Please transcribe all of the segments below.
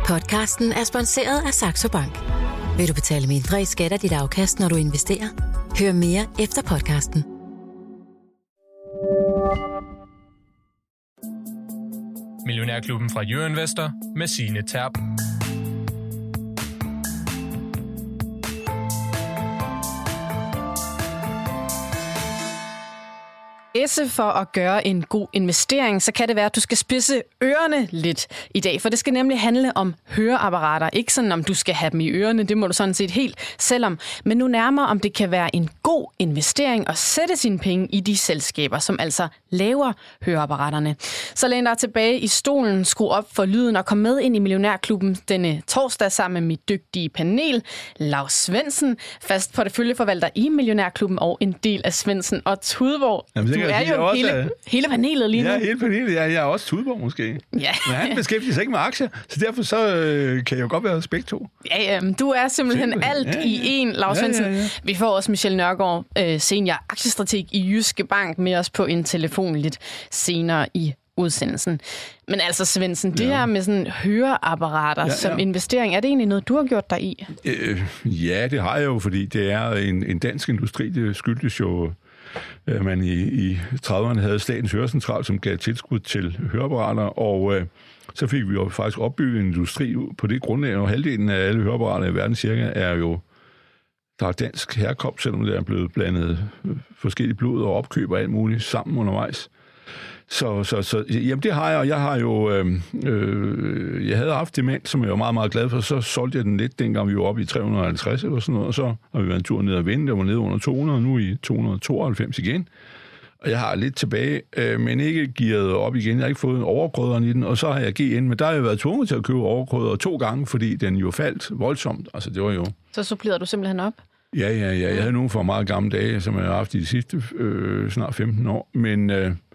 Podcasten er sponsoreret af Saxo Bank. Vil du betale mindre i skat af dit afkast, når du investerer? Hør mere efter podcasten. Millionærklubben fra Jørgen Vester med Signe Terp. For at gøre en god investering, så kan det være, at du skal spidse ørerne lidt i dag, for det skal nemlig handle om høreapparater. Ikke sådan, om du skal have dem i ørerne, det må du sådan set helt selv om, men nu nærmere, om det kan være en god investering at sætte sine penge i de selskaber, som altså laver høreapparaterne. Så læn dig tilbage i stolen, skru op for lyden og kom med ind i Millionærklubben denne torsdag sammen med mit dygtige panel, Lars Svendsen, fast porteføljeforvalter i Millionærklubben og en del af Svendsen og Tudborg. Du er jo hele panelet lige nu. Ja, hele panelet. Jeg er også Tudborg måske. Ja. Men han beskæftiger sig ikke med aktier, så derfor så kan jeg jo godt være begge to. Ja, du er simpelthen alt i en, Lars Svendsen. Ja. Vi får også Michelle Nørgaard, senior aktiestrateg i Jyske Bank, med os på en telefon lidt senere i udsendelsen. Men altså, Svendsen, det her med sådan høreapparater som investering, er det egentlig noget, du har gjort dig i? Ja, det har jeg jo, fordi det er en dansk industri. Det skyldtes jo, man i 30'erne havde Statens Hørecentral, som gav tilskud til høreapparater, og så fik vi jo faktisk opbygget en industri på det grundlag, og halvdelen af alle høreapparater i verden cirka er jo der er dansk herkomst, selvom det er blevet blandet forskellige blod og opkøb og alt muligt sammen undervejs. Så jamen det har jeg, og jeg har jo, jeg havde haft demens, som jeg var meget, meget glad for, så solgte jeg den lidt, dengang vi var oppe i 350 eller sådan noget, og så har vi været en tur ned og vende, der var nede under 200, nu i 292 igen. Og jeg har lidt tilbage, men ikke gearet op igen. Jeg har ikke fået en overkrøderen i den, og så har jeg GN, men der har jeg været tvunget til at købe overkrødere 2 gange, fordi den jo faldt voldsomt. Altså det var jo... Så supplerede du simpelthen op? Ja. Jeg havde nogle for meget gamle dage, som jeg har haft i de sidste snart 15 år, men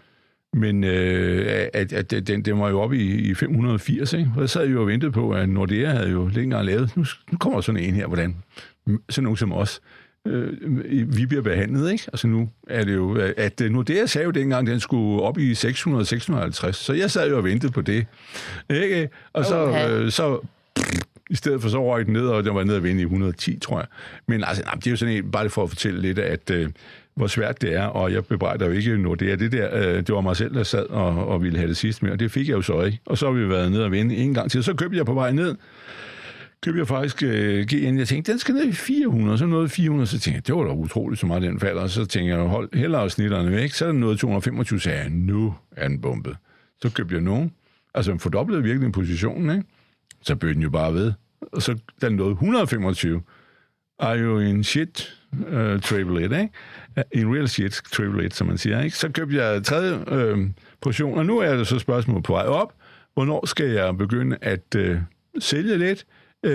den var jo oppe i 580, ikke? Og jeg sad jo og ventede på, at Nordea havde jo længere lavet. Nu kommer sådan en her, hvordan sådan nogen som os, vi bliver behandlet, ikke? Altså nu er det jo, at Nordea sagde jo dengang, den skulle op i 600-650, så jeg sad jo og ventede på det, ikke? Og så i stedet for så røg den ned, og den var nede at vinde i 110, tror jeg. Men altså, det er jo sådan en, bare for at fortælle lidt, at hvor svært det er, og jeg bebrejder jo ikke Nordea. Det var mig selv, der sad og ville have det sidst med, og det fik jeg jo så ikke. Og så har vi været nede og vinde en gang til. Så købte jeg på vej ned, faktisk GN. Jeg tænkte, den skal ned i 400, så nåede 400, så tænkte jeg, det var da utroligt, så meget den falder. Og så tænkte jeg, hold hellere snitterne væk. Så er den nået 225, så jeg, nu er den bumpet. Så købte jeg nogen. Altså, den fordoblede virkelig positionen, ikke? Så bød den jo bare ved. Og så den nåede 125. Er jo en shit triple it, ikke? En real shit triple it, som man siger, ikke? Så købte jeg 3. portion, og nu er det så spørgsmålet på vej op. Hvornår skal jeg begynde at sælge lidt?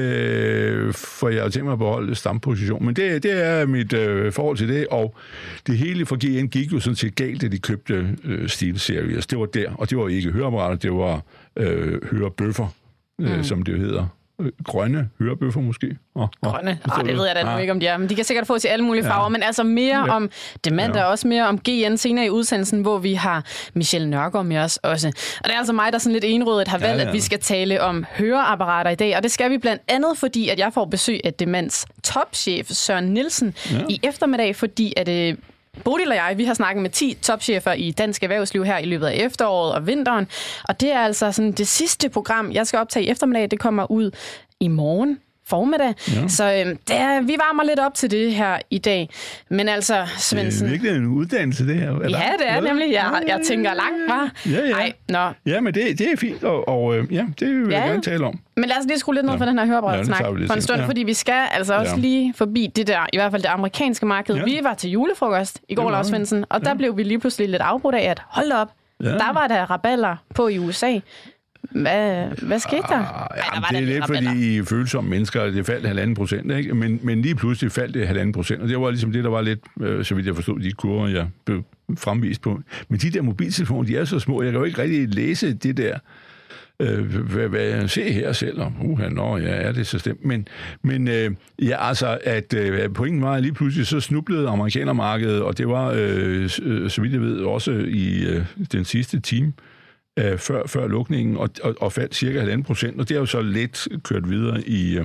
For jeg har tænkt mig at beholde stamposition. Men det er mit forhold til det, og det hele for GN gik jo sådan set galt, da de købte SteelSeries. Det var der, og det var ikke høreapparater, det var hørebøffer, som det hedder. Grønne hørebøffer måske. Grønne? Det ved jeg da ikke, om de er. Men de kan sikkert få til alle mulige farver. Men altså mere om Demant og også mere om GN senere i udsendelsen, hvor vi har Michelle Nørgaard med os også. Og det er altså mig, der sådan lidt enrådet har valgt, at vi skal tale om høreapparater i dag. Og det skal vi blandt andet, fordi at jeg får besøg af Demants topchef Søren Nielsen i eftermiddag, fordi at Bodil og jeg, vi har snakket med 10 topchefer i dansk erhvervsliv her i løbet af efteråret og vinteren. Og det er altså sådan det sidste program, jeg skal optage i eftermiddag. Det kommer ud i morgen formiddag. Ja. Så vi varmer lidt op til det her i dag. Men altså, Svendsen... Det er virkelig en uddannelse, det her. Eller? Ja, det er nemlig. Jeg tænker langt, var. Ja. Ja, men det er fint, og det vil jeg gerne tale om. Men lad os lige skrue lidt ned for den her høreapparatsnak for en stund, fordi vi skal altså også lige forbi det der, i hvert fald det amerikanske marked. Ja. Vi var til julefrokost i går, Lars Svendsen, og der blev vi lige pludselig lidt afbrudt af, at hold op, der var der raballer på i USA. Hvad skete der? Det er lidt, fordi I følsomme mennesker, det faldt 1,5%, ikke? Men lige pludselig faldt det 1,5%, og det var ligesom det, der var lidt, så vidt jeg forstod, de kurver, jeg blev fremvist på. Men de der mobiltelefoner, de er så små, jeg kan jo ikke rigtig læse det der, hvad jeg ser her selv, og er det så stemt. Men altså, at pointen var, at lige pludselig så snublede amerikanermarkedet, og det var, så vidt jeg ved, også i den sidste time, før lukningen, og faldt cirka 1,5%, og det er jo så let kørt videre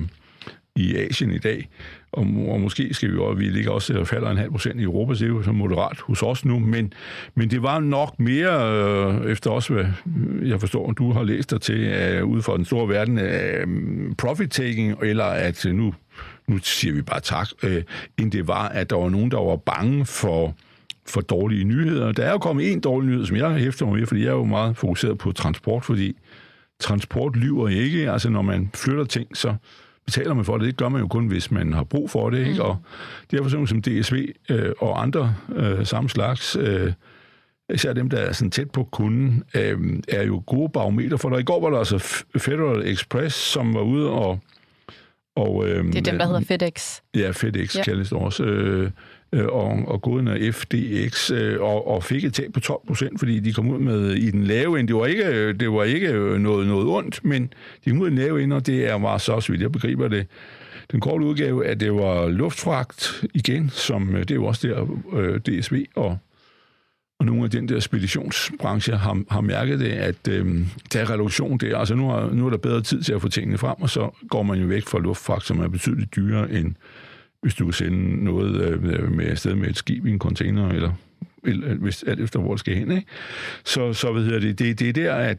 i Asien i dag, og måske skal vi ligger også falder 0,5% i Europa, så det er jo så moderat hos os nu, men det var nok mere, efter også hvad jeg forstår, du har læst dig til, ude fra den store verden, profit-taking, eller at nu siger vi bare tak, end det var, at der var nogen, der var bange for dårlige nyheder. Der er jo kommet en dårlig nyhed, som jeg hæfter mig med, fordi jeg er jo meget fokuseret på transport, fordi transport lyver ikke. Altså, når man flytter ting, så betaler man for det. Det gør man jo kun, hvis man har brug for det, ikke? Og derfor som DSV og andre samme slags, især dem, der er sådan tæt på kunden, er jo gode barometer for dig. I går var der altså Federal Express, som var ude og det er dem, der hedder FedEx. Ja, FedEx kaldes det også. Og gåden af FDX, og fik et tab på 12%, fordi de kom ud med i den lave ende. Det var ikke noget ondt, men de kom ud i den lave ende, og det var så, så vidt jeg begriber det, den korte udgave, at det var luftfragt igen, som det er jo også der DSV og nogle af den der speditionsbranche har mærket det, at der er reduktion der. Altså nu er der bedre tid til at få tingene frem, og så går man jo væk fra luftfragt, som er betydeligt dyrere end hvis du kan sende noget med afsted med et skib i en container, eller hvis alt efter, hvor det skal hen, ikke? Så hvad hedder det er der, at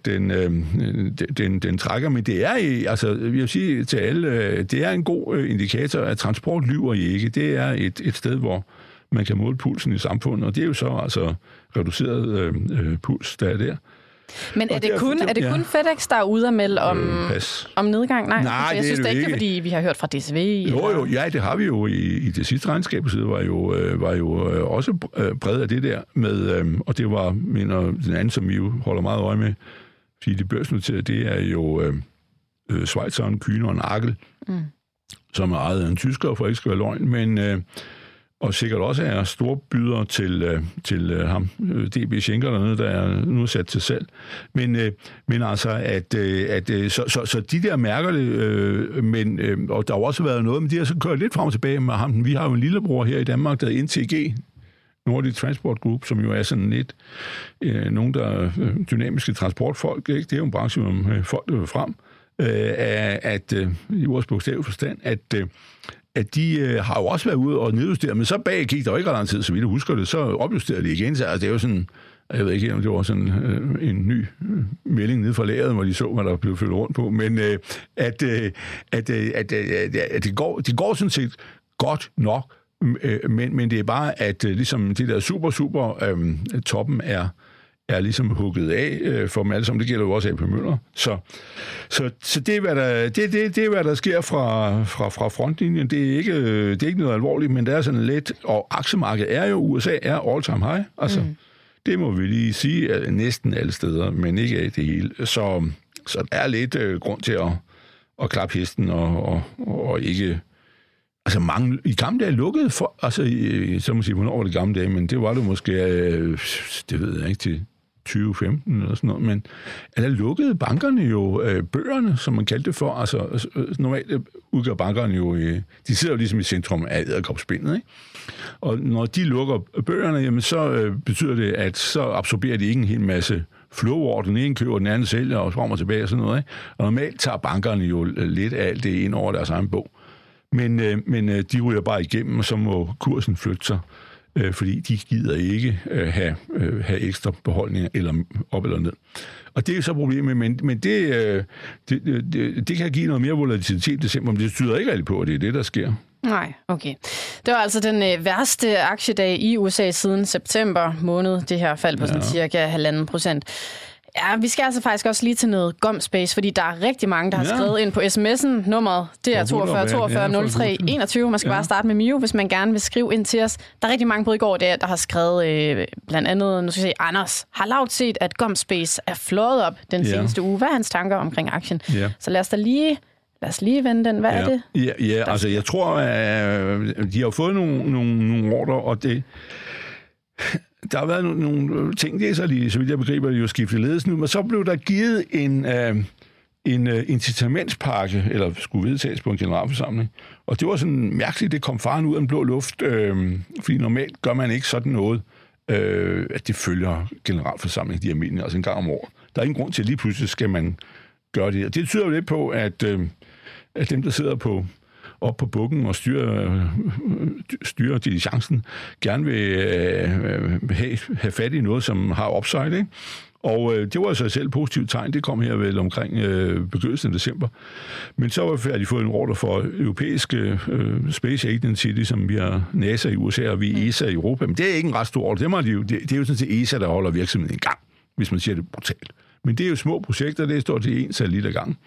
den trækker, men det er, altså, jeg vil sige til alle, det er en god indikator, at transport lyver ikke. Det er et sted, hvor man kan måle pulsen i samfundet, og det er jo så altså reduceret puls, der er der. Men er det kun FedEx, der er ude at melde om nedgang? Nej, jeg synes det ikke, fordi vi har hørt fra DSV. Ja, det har vi jo i det sidste regnskab, var jo også bredt af det der med, og det var, mener den anden, som vi jo holder meget øje med, fordi det børsnoterede, det er jo Schweizeren, Kühne og Nagel, som er ejet af en tysker, for ikke skal være løgn, men og sikkert også er storbyder til ham, DB Schenker dernede, der er nu sat til salg. Men altså, så de der mærker det, og der har også været noget, men de har så kørt lidt frem og tilbage med ham. Vi har jo en lillebror her i Danmark, der er NTG, Nordic Transport Group, som jo er sådan lidt nogen, der er dynamiske transportfolk, ikke? Det er jo en branche, hvor folk løber frem, i vores bogstavelige forstand, at de har jo også været ude og nedjustere, men så bag gik der jo ikke ret lang tid, så vidt jeg husker det, så opjusterede de igen. Så altså, det er jo sådan, jeg ved ikke, om det var sådan en ny melding nede fra lageret, hvor de så, hvad der blev flyttet rundt på, men at det går sådan set godt nok, men det er bare, at ligesom det der super toppen er ligesom hugget af for dem alle sammen. Det gælder jo også AP Møller. Så det er, hvad der sker fra frontlinjen. Det er ikke noget alvorligt, men det er sådan lidt, og aktiemarkedet er jo, USA er all-time high. Altså, det må vi lige sige, næsten alle steder, men ikke af det hele. Så der er lidt grund til at klappe hesten og ikke. Altså mange i gamle dage lukkede for, altså så må sige, hvornår var det gamle dage, men det var det måske, det ved jeg ikke, til 2015 eller sådan noget, men der lukkede bankerne jo bøgerne, som man kaldte det for. Altså normalt udgør bankerne jo, de sidder jo ligesom i centrum af edderkopspindet, ikke? Og når de lukker bøgerne, jamen så betyder det, at så absorberer de ikke en hel masse flow over, den ene køber, den anden sælger og frem og tilbage og sådan noget, ikke? Og normalt tager bankerne jo lidt af alt det ind over deres egen bog. Men de ryger bare igennem, og så må kursen flytte sig, fordi de gider ikke have ekstra beholdninger eller op eller ned. Og det er jo så problemet, men det kan give noget mere volatilitet i december, men det tyder ikke rigtig på, at det er det, der sker. Nej, okay. Det var altså den værste aktiedag i USA siden september måned, det her fald på sådan cirka 1,5%. Ja, vi skal altså faktisk også lige til noget GomSpace, fordi der er rigtig mange, der har skrevet ind på sms'en. Nummeret, det er 42 42 03 21. Man skal bare starte med Mio, hvis man gerne vil skrive ind til os. Der er rigtig mange på i går, der har skrevet blandt andet, nu skal jeg se, Anders har lavt set, at GomSpace er flået op den seneste uge. Hvad er hans tanker omkring aktien? Ja. Så lad os lige vende den. Hvad er det? Ja, altså jeg tror, at de har fået nogle ordre, og det. Der har været nogle ting, det er så lige, så vidt jeg begriber, det jo skiftet ledelse nu, men så blev der givet en incitamentspakke, eller skulle vedtages på en generalforsamling. Og det var sådan mærkeligt, det kom faren ud af en blå luft, fordi normalt gør man ikke sådan noget, at det følger generalforsamling, de almindelige, altså en gang om året. Der er ingen grund til, at lige pludselig skal man gøre det. Det tyder jo lidt på, at dem, der sidder op på bukken og styrer diligencen, gerne vil have fat i noget, som har upside, ikke? Og det var altså selv et positivt tegn. Det kom her vel omkring begyndelsen af december. Men så har de fået en ordre for europæiske Space Agency, ligesom vi har NASA i USA og vi ESA i Europa. Men det er ikke en ret stor ordre. Det er jo sådan til ESA, der holder virksomheden i gang, hvis man siger det brutalt. Men det er jo små projekter, det står til 1 satellit ad gang.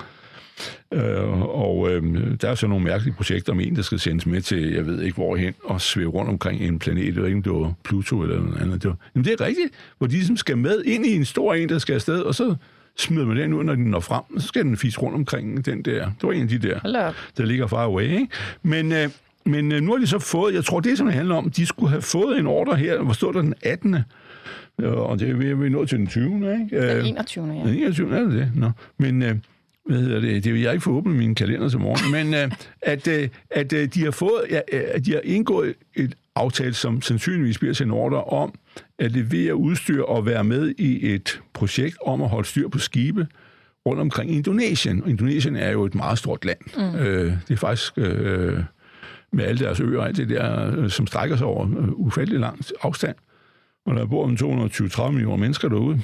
Der er så nogle mærkelige projekter om en, der skal sendes med til, jeg ved ikke hvorhen, og svæve rundt omkring en planet, eller ikke, det var Pluto eller noget andet. Men det er rigtigt, hvor de ligesom skal med ind i en stor en, der skal afsted, og så smider man den ud, når den når frem, så skal den fise rundt omkring den der. Det var en af de der ligger far away, ikke? Men nu har de så fået, jeg tror det som det handler om, de skulle have fået en ordre her, hvor stod der den 18. Og det er vi nået til den 20. Ikke? Den 21. Ja. Den 21. er det. Nå. Men hvad hedder det? Det vil jeg ikke få åbnet min kalender til morgen. Men at de har fået, at de har indgået et aftale, som sandsynligvis bliver til en ordre om at levere udstyr og være med i et projekt om at holde styr på skibe rundt omkring Indonesien. Og Indonesien er jo et meget stort land. Det er faktisk med alle deres øer og alt det der, som strækker sig over ufattelig lang afstand. Og der bor 220-30 millioner mennesker derude.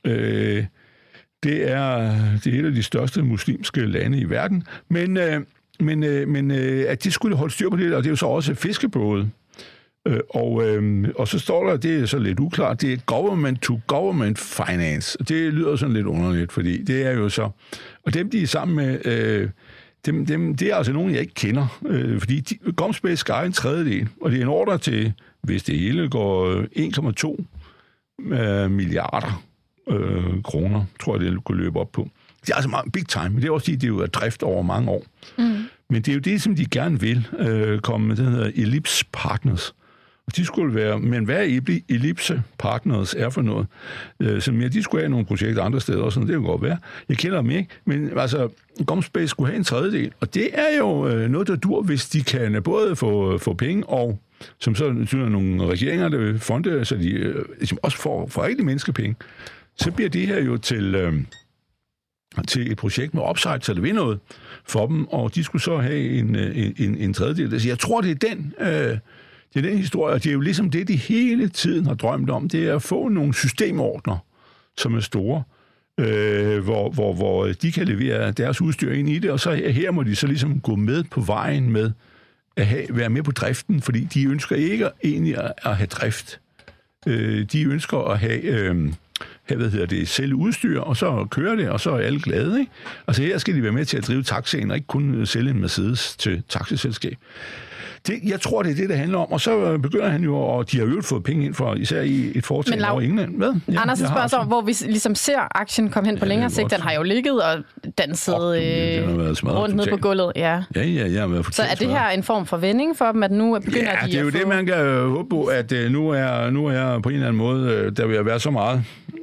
Det er et af de største muslimske lande i verden. Men at de skulle holde styr på det, og det er jo så også fiskebåde. Og så står der, det er så lidt uklart, det er government-to-government finance. Det lyder sådan lidt underligt, fordi det er jo så... Og dem, de er sammen med... det er altså nogen, jeg ikke kender. Fordi GomSpace skal en tredjedel, og det er en ordre til, hvis det hele går 1,2 milliarder kroner, tror jeg, det kunne løbe op på. Det er altså meget big time, men det er også fordi, det er jo drift over mange år. Men det er jo det, som de gerne vil komme med, den hedder Ellipse Partners. Og de skulle være, men hvad er Ellipse Partners er for noget? De skulle have nogle projekter andre steder også, det kan godt være. Jeg kender dem ikke, men altså, GomSpace skulle have en tredjedel, og det er jo noget, der dur, hvis de kan både få penge, og som så betyder nogle regeringer, der vil fonde, så de også får rigtig menneskepenge. Så bliver det her jo til et projekt med upside, så det vil noget for dem, og de skulle så have en tredjedel. Så jeg tror, det er den historie, og det er jo ligesom det, de hele tiden har drømt om, det er at få nogle systemordner, som er store, hvor de kan levere deres udstyr ind i det, og så her må de så ligesom gå med på vejen med at være med på driften, fordi de ønsker ikke egentlig at have drift. De ønsker at have sælge udstyr, og så kører det, og så er alle glade, ikke? Altså her skal de være med til at drive taxaen, og ikke kun sælge en Mercedes til taxiselskab. Jeg tror, det er det, det handler om, og så begynder han jo, og de har jo fået penge ind for, især i et foretagende over England. Hvad? Ja, Anders spørger så, hvor vi ligesom ser aktien komme hen på længere sigt. Den har jo ligget og danset rundt ned på gulvet. Ja. Så er det her en form for vending for dem, at nu begynder de at få... det er jo det, man kan håbe på, at nu er på en eller anden måde, der vil være så meget...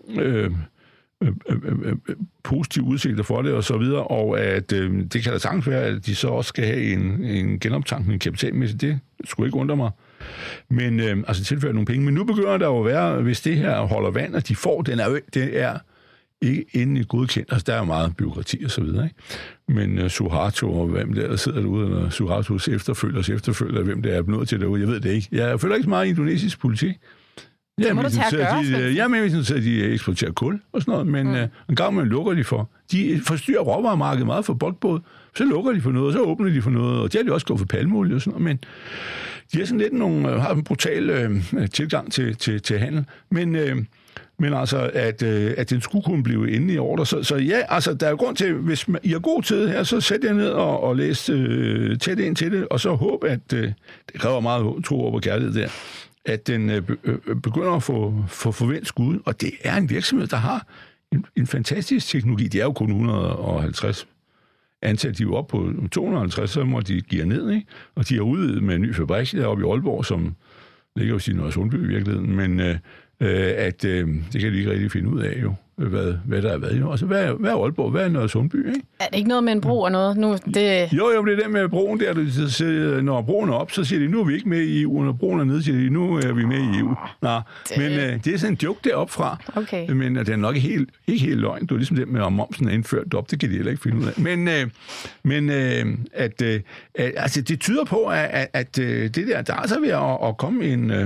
positive udsigter for det og så videre, og at det kan da sagtens være, at de så også skal have en genoptankning kapitalmæssigt. Det skulle ikke undre mig. Men tilføre nogle penge. Men nu begynder der jo at være, hvis det her holder vand, at de får, det er ikke endelig godkendt. Altså, der er jo meget byråkrati og så videre, ikke? Men Suharto og hvem der sidder derude, eller Suhartos efterfølger, hvem det er nået til derude, jeg ved det ikke. Jeg følger ikke så meget indonesisk politik. Ja, men de eksporterer kul og sådan noget, men en gang man lukker de for. De forstyrrer råvaremarkedet meget for bulkbåd, så lukker de for noget, og så åbner de for noget, og det har de også gået for palmeolie og sådan noget, men de har sådan lidt har en brutal tilgang til handel, men altså, at den skulle kunne blive inde i ordre. Så ja, altså, der er jo grund til, hvis I har god tid her, så sæt jer ned og læs tæt ind til det, og så håb, at det kræver meget tro over kærlighed der, at den begynder at få forventet skud, og det er en virksomhed, der har en fantastisk teknologi. De er jo kun 150 ansatte, de er jo op på 250, så må de give ned, ikke? Og de er ude med en ny fabrik deroppe i Aalborg, som ligger jo i Nørresundby i virkeligheden, at det kan de ikke rigtig finde ud af jo, hvad der er hvad. Jo. Altså, hvad er Aalborg? Hvad er Nørre Sundby? Ikke? Er det ikke noget med en bro og noget? Nu, det... Jo, det er det med broen der. Når broen er op, så siger de, nu er vi ikke med i EU. Når broen er nede, siger de, nu er vi med i EU. Nå, men det er sådan en joke deroppe fra. Okay. Men det er nok ikke helt løgn. Det er ligesom det med, om momsen er indført op. Det kan de heller ikke finde ud af. Men altså, det tyder på, at det der er altså ved at komme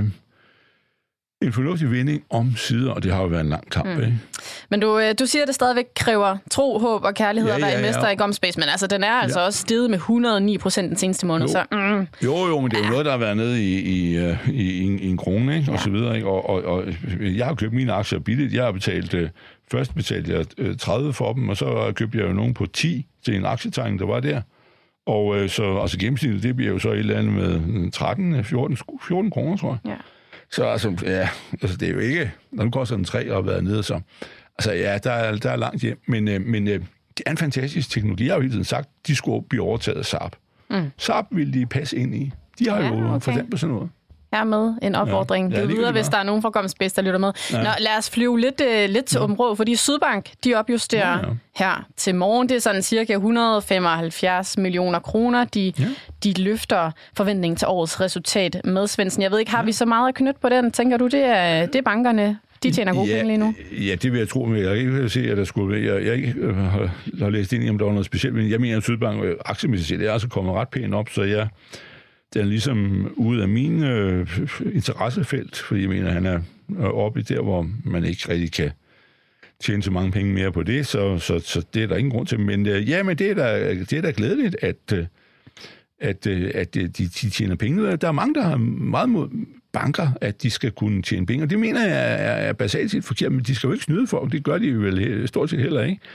en fornuftig vending om sider, og det har jo været en lang kamp, ikke? Men du siger, at det stadigvæk kræver tro, håb og kærlighed at være investor i GomSpace, men altså, den er altså også steget med 109% den seneste måned. Jo. Så, Jo, men det er jo noget, der har været nede i en krone, ikke? Og så videre, ikke? Og jeg har købt mine aktier billigt. Jeg har først betalte jeg 30 for dem, og så købte jeg jo nogen på 10 til en aktietegning, der var der. Og så altså gennemsnittet, det bliver jo så et eller andet med 14 kroner, tror jeg. Ja. Så altså, det er jo ikke... Når nu koster den 3 og har været nede, så... Altså, ja, der er langt hjem. Men det er en fantastisk teknologi. Jeg har jo hele tiden sagt, de skulle blive overtaget af Saab. Saab vil de passe ind i. De har jo forstand på sådan noget. Jeg er med en opfordring. Ja, videre, hvis der er nogen fra GomSpace, der lytter med. Ja. Nå, lad os flyve lidt til området, fordi Sydbank, de opjusterer her til morgen. Det er sådan cirka 175 millioner kroner. De løfter forventningen til årets resultat med, Svendsen. Jeg ved ikke, har vi så meget at knytte på den? Tænker du, det er bankerne? De tjener gode penge lige nu. Ja, det vil jeg tro, men jeg kan ikke se, at der skulle være. Jeg ikke har læst ind i, om der var noget specielt, men jeg mener, at Sydbank aktiemæssigt er altså kommet ret pænt op, så den er ligesom ude af min interessefelt, fordi jeg mener, han er oppe der, hvor man ikke rigtig kan tjene så mange penge mere på det, så det er der ingen grund til. Men men det er da glædeligt, at de tjener penge. Der er mange, der har meget mod banker, at de skal kunne tjene penge, og det mener jeg er basalt set forkert, men de skal jo ikke snyde folk, det gør de jo vel stort set heller ikke.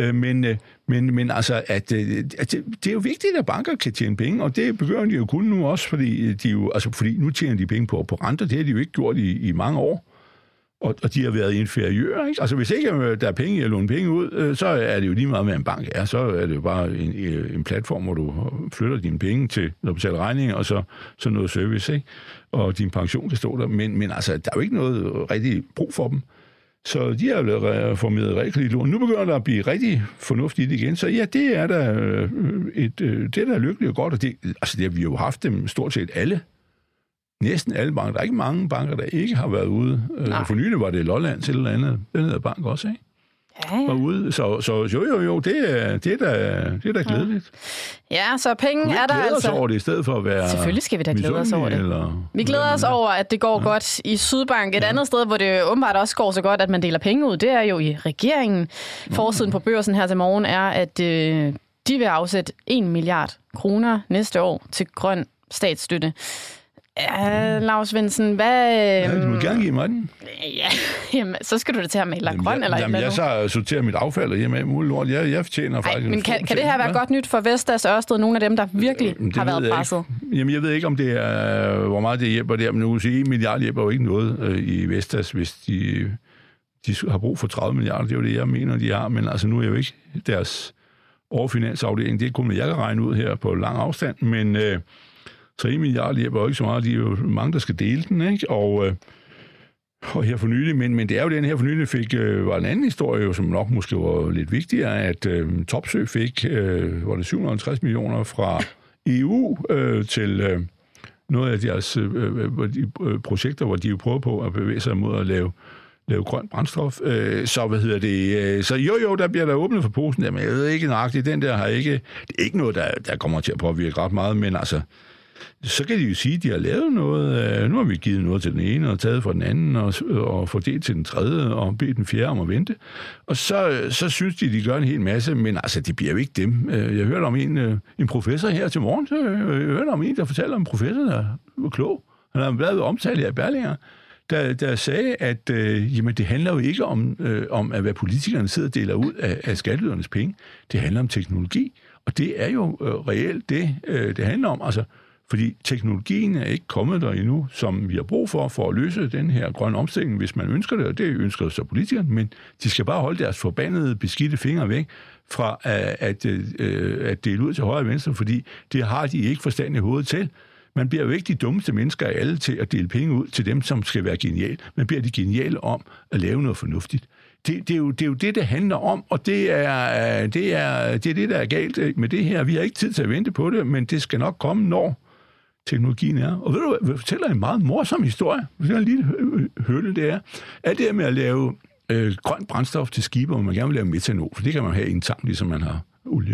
Men altså, at det er jo vigtigt, at banker kan tjene penge, og det begynder de jo kun nu også, fordi nu tjener de penge på renter, det har de jo ikke gjort i mange år. Og de har været inferiøre, ikke? Altså, hvis ikke der er penge i at låne penge ud, så er det jo lige meget med en bank er. Så er det jo bare en platform, hvor du flytter dine penge til, når du betaler regninger, og så noget service, ikke? Og din pension kan stå der. Men altså, der er jo ikke noget rigtig brug for dem. Så de har blevet formeret realkreditlån. Nu begynder der at blive rigtig fornuftigt igen. Så ja, det er da lykkeligt og godt. Og det har vi jo haft dem stort set alle. Næsten alle banker. Der er ikke mange banker, der ikke har været ude. For nylig var det Lolland til eller andet. Den hedder bank også, ikke? Ja. Var ude. Så jo, det er da glædeligt. Ja, så penge er der altså. Vi glæder os over det, i stedet for at være... Selvfølgelig skal vi da glæde os over det. Vi glæder os over, at det går godt i Sydbank. Et andet sted, hvor det åbenbart også går så godt, at man deler penge ud, det er jo i regeringen. Forsiden på børsen her til morgen er, at de vil afsætte 1 milliard kroner næste år til grøn statsstøtte. Ja, Lars Svendsen, hvad... Ja, du må gerne give mig den. Ja, jamen, så skal du da til at male grøn eller jamen, jeg så sorterer mit affald hjemme af muligt lort. Jeg fortjener faktisk... Men kan det her være godt nyt for Vestas og Ørsted, nogle af dem, der virkelig har været presset? Jamen, jeg ved ikke, om det er, hvor meget det hjælper der, men nu kan sige, 1 milliard hjælper jo ikke noget i Vestas, hvis de har brug for 30 milliarder. Det er jo det, jeg mener, de har, men altså, nu er jo ikke deres overfinansafdeling. Det er kun, hvad jeg kan regne ud her på lang afstand, men... Så 1 milliard hjælper jo ikke så meget. De er jo mange, der skal dele den, ikke? Og her for nylig, men det er jo den her for nylig var en anden historie, som nok måske var lidt vigtigere, at Topsø fik, var det 750 millioner fra EU til noget af deres projekter, hvor de jo prøver på at bevæge sig mod at lave grønt brændstof. Så jo, der bliver der åbnet for posen der, men jeg ved ikke nøjagtigt, den der har ikke... Det er ikke noget, der kommer til at påvirke ret meget, men altså... Så kan de jo sige, at de har lavet noget. Nu har vi givet noget til den ene, og taget fra den anden, og fordelt til den tredje, og bedt den fjerde om at vente. Og så synes de gør en hel masse, men altså, det bliver jo ikke dem. Jeg hørte om en professor her til morgen, så jeg hørte om en, der fortalte om en professor, der var klog. Han har været omtalt af Berlinger, der sagde, at jamen, det handler jo ikke om at hvad politikerne sidder og deler ud af skatteydernes penge. Det handler om teknologi, og det er jo reelt det handler om. Altså, fordi teknologien er ikke kommet der endnu, som vi har brug for at løse den her grønne omstilling, hvis man ønsker det, og det ønsker så politikerne, men de skal bare holde deres forbandede, beskidte fingre væk fra at dele ud til højre og venstre, fordi det har de ikke forstand i hovedet til. Man bliver jo ikke de dummeste mennesker af alle til at dele penge ud til dem, som skal være geniale. Man bliver de geniale om at lave noget fornuftigt. Det er jo det handler om, og det er det, der er galt med det her. Vi har ikke tid til at vente på det, men det skal nok komme, når teknologien er. Og ved du hvad, jeg fortæller en meget morsom historie. Det er en lille hølle, det er. Alt det med at lave grønt brændstof til skibe, hvor man gerne vil lave metanol, for det kan man have i en tank, ligesom man har olie.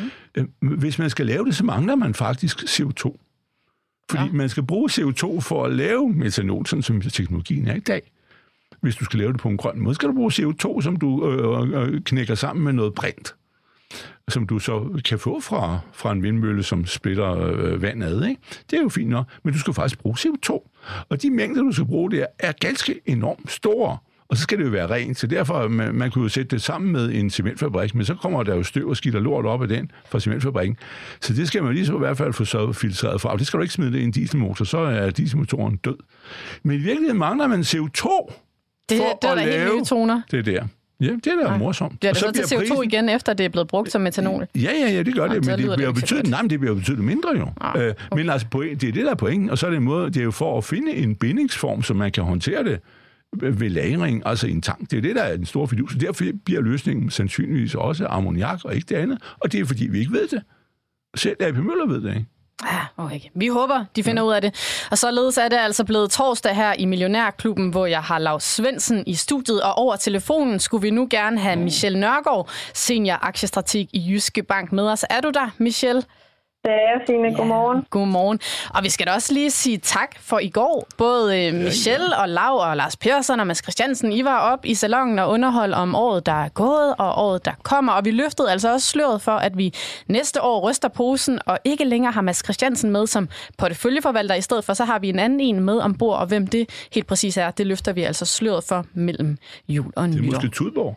Hvis man skal lave det, så mangler man faktisk CO2. Fordi man skal bruge CO2 for at lave metanol, sådan som teknologien er i dag. Hvis du skal lave det på en grøn måde, skal du bruge CO2, som du knækker sammen med noget brint, som du så kan få fra en vindmølle, som splitter vand ad. Ikke? Det er jo fint nok, men du skal faktisk bruge CO2. Og de mængder, du skal bruge der, er ganske enormt store. Og så skal det jo være rent, så derfor man kunne jo sætte det sammen med en cementfabrik, men så kommer der jo støv og skidt og lort op af den fra cementfabrikken. Så det skal man lige så i hvert fald få så filtreret fra. Og det skal du ikke smide det i en dieselmotor, så er dieselmotoren død. Men i virkeligheden mangler man CO2 det er der helt nye toner. Det der. Ja, det er da morsomt. Bliver det så til CO2 igen, efter det er blevet brugt som metanol? Ja, det gør det, men det bliver betydeligt mindre jo. Okay. Men altså, det er det, der er pointen, og så er det jo for at finde en bindingsform, så man kan håndtere det ved lagring, altså i en tank. Det er det, der er den store fidus. Derfor bliver løsningen sandsynligvis også ammoniak og ikke det andet. Og det er, fordi vi ikke ved det. Selv A.P. Møller ved det, ikke? Okay. Vi håber, de finder ud af det. Og således er det altså blevet torsdag her i Millionærklubben, hvor jeg har Lav Svendsen i studiet, og over telefonen skulle vi nu gerne have Michelle Nørgaard, senior aktiestrateg i Jyske Bank, med os. Er du der, Michelle? Det er Signe. Godmorgen. Godmorgen. Og vi skal da også lige sige tak for i går. Både Michelle og Lav og Lars Persson og Mads Christiansen, I var op i salonen og underholdt om året, der er gået og året, der kommer. Og vi løftede altså også sløret for, at vi næste år ryster posen og ikke længere har Mads Christiansen med som porteføljeforvalter. I stedet for, så har vi en anden en med ombord, og hvem det helt præcis er, det løfter vi altså sløret for mellem jul og nytår. Det er måske Tudborg.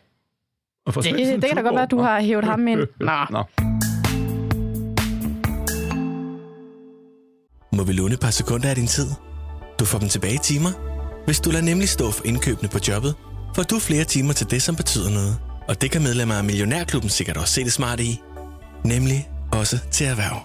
Det kan da godt være, at du har hævet ham ind. Nå. Må vi låne et par sekunder af din tid? Du får dem tilbage i timer. Hvis du lader nemlig stå for indkøbene på jobbet, får du flere timer til det, som betyder noget. Og det kan medlemmer af Millionærklubben sikkert også se det smarte i. Nemlig også til erhverv.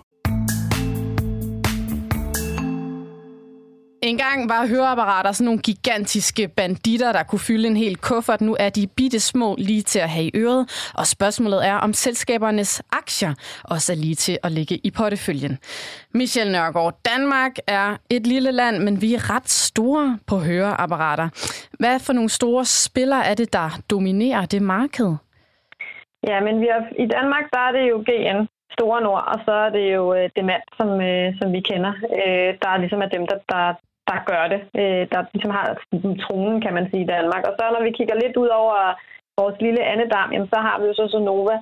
En gang var høreapparater sådan nogle gigantiske banditter, der kunne fylde en hel kuffert. Nu er de bitte små lige til at have i øret. Og spørgsmålet er, om selskabernes aktier også er lige til at ligge i porteføljen. Michelle Nørgaard, Danmark er et lille land, men vi er ret store på høreapparater. Hvad for nogle store spillere er det, der dominerer det marked? Ja, men i Danmark, der er det jo GN. Store Nord, og så er det jo Demant, som vi kender, der ligesom er dem, der gør det, der ligesom har tronen, kan man sige, i Danmark. Og så når vi kigger lidt ud over vores lille andedam, jamen, så har vi jo så Sonova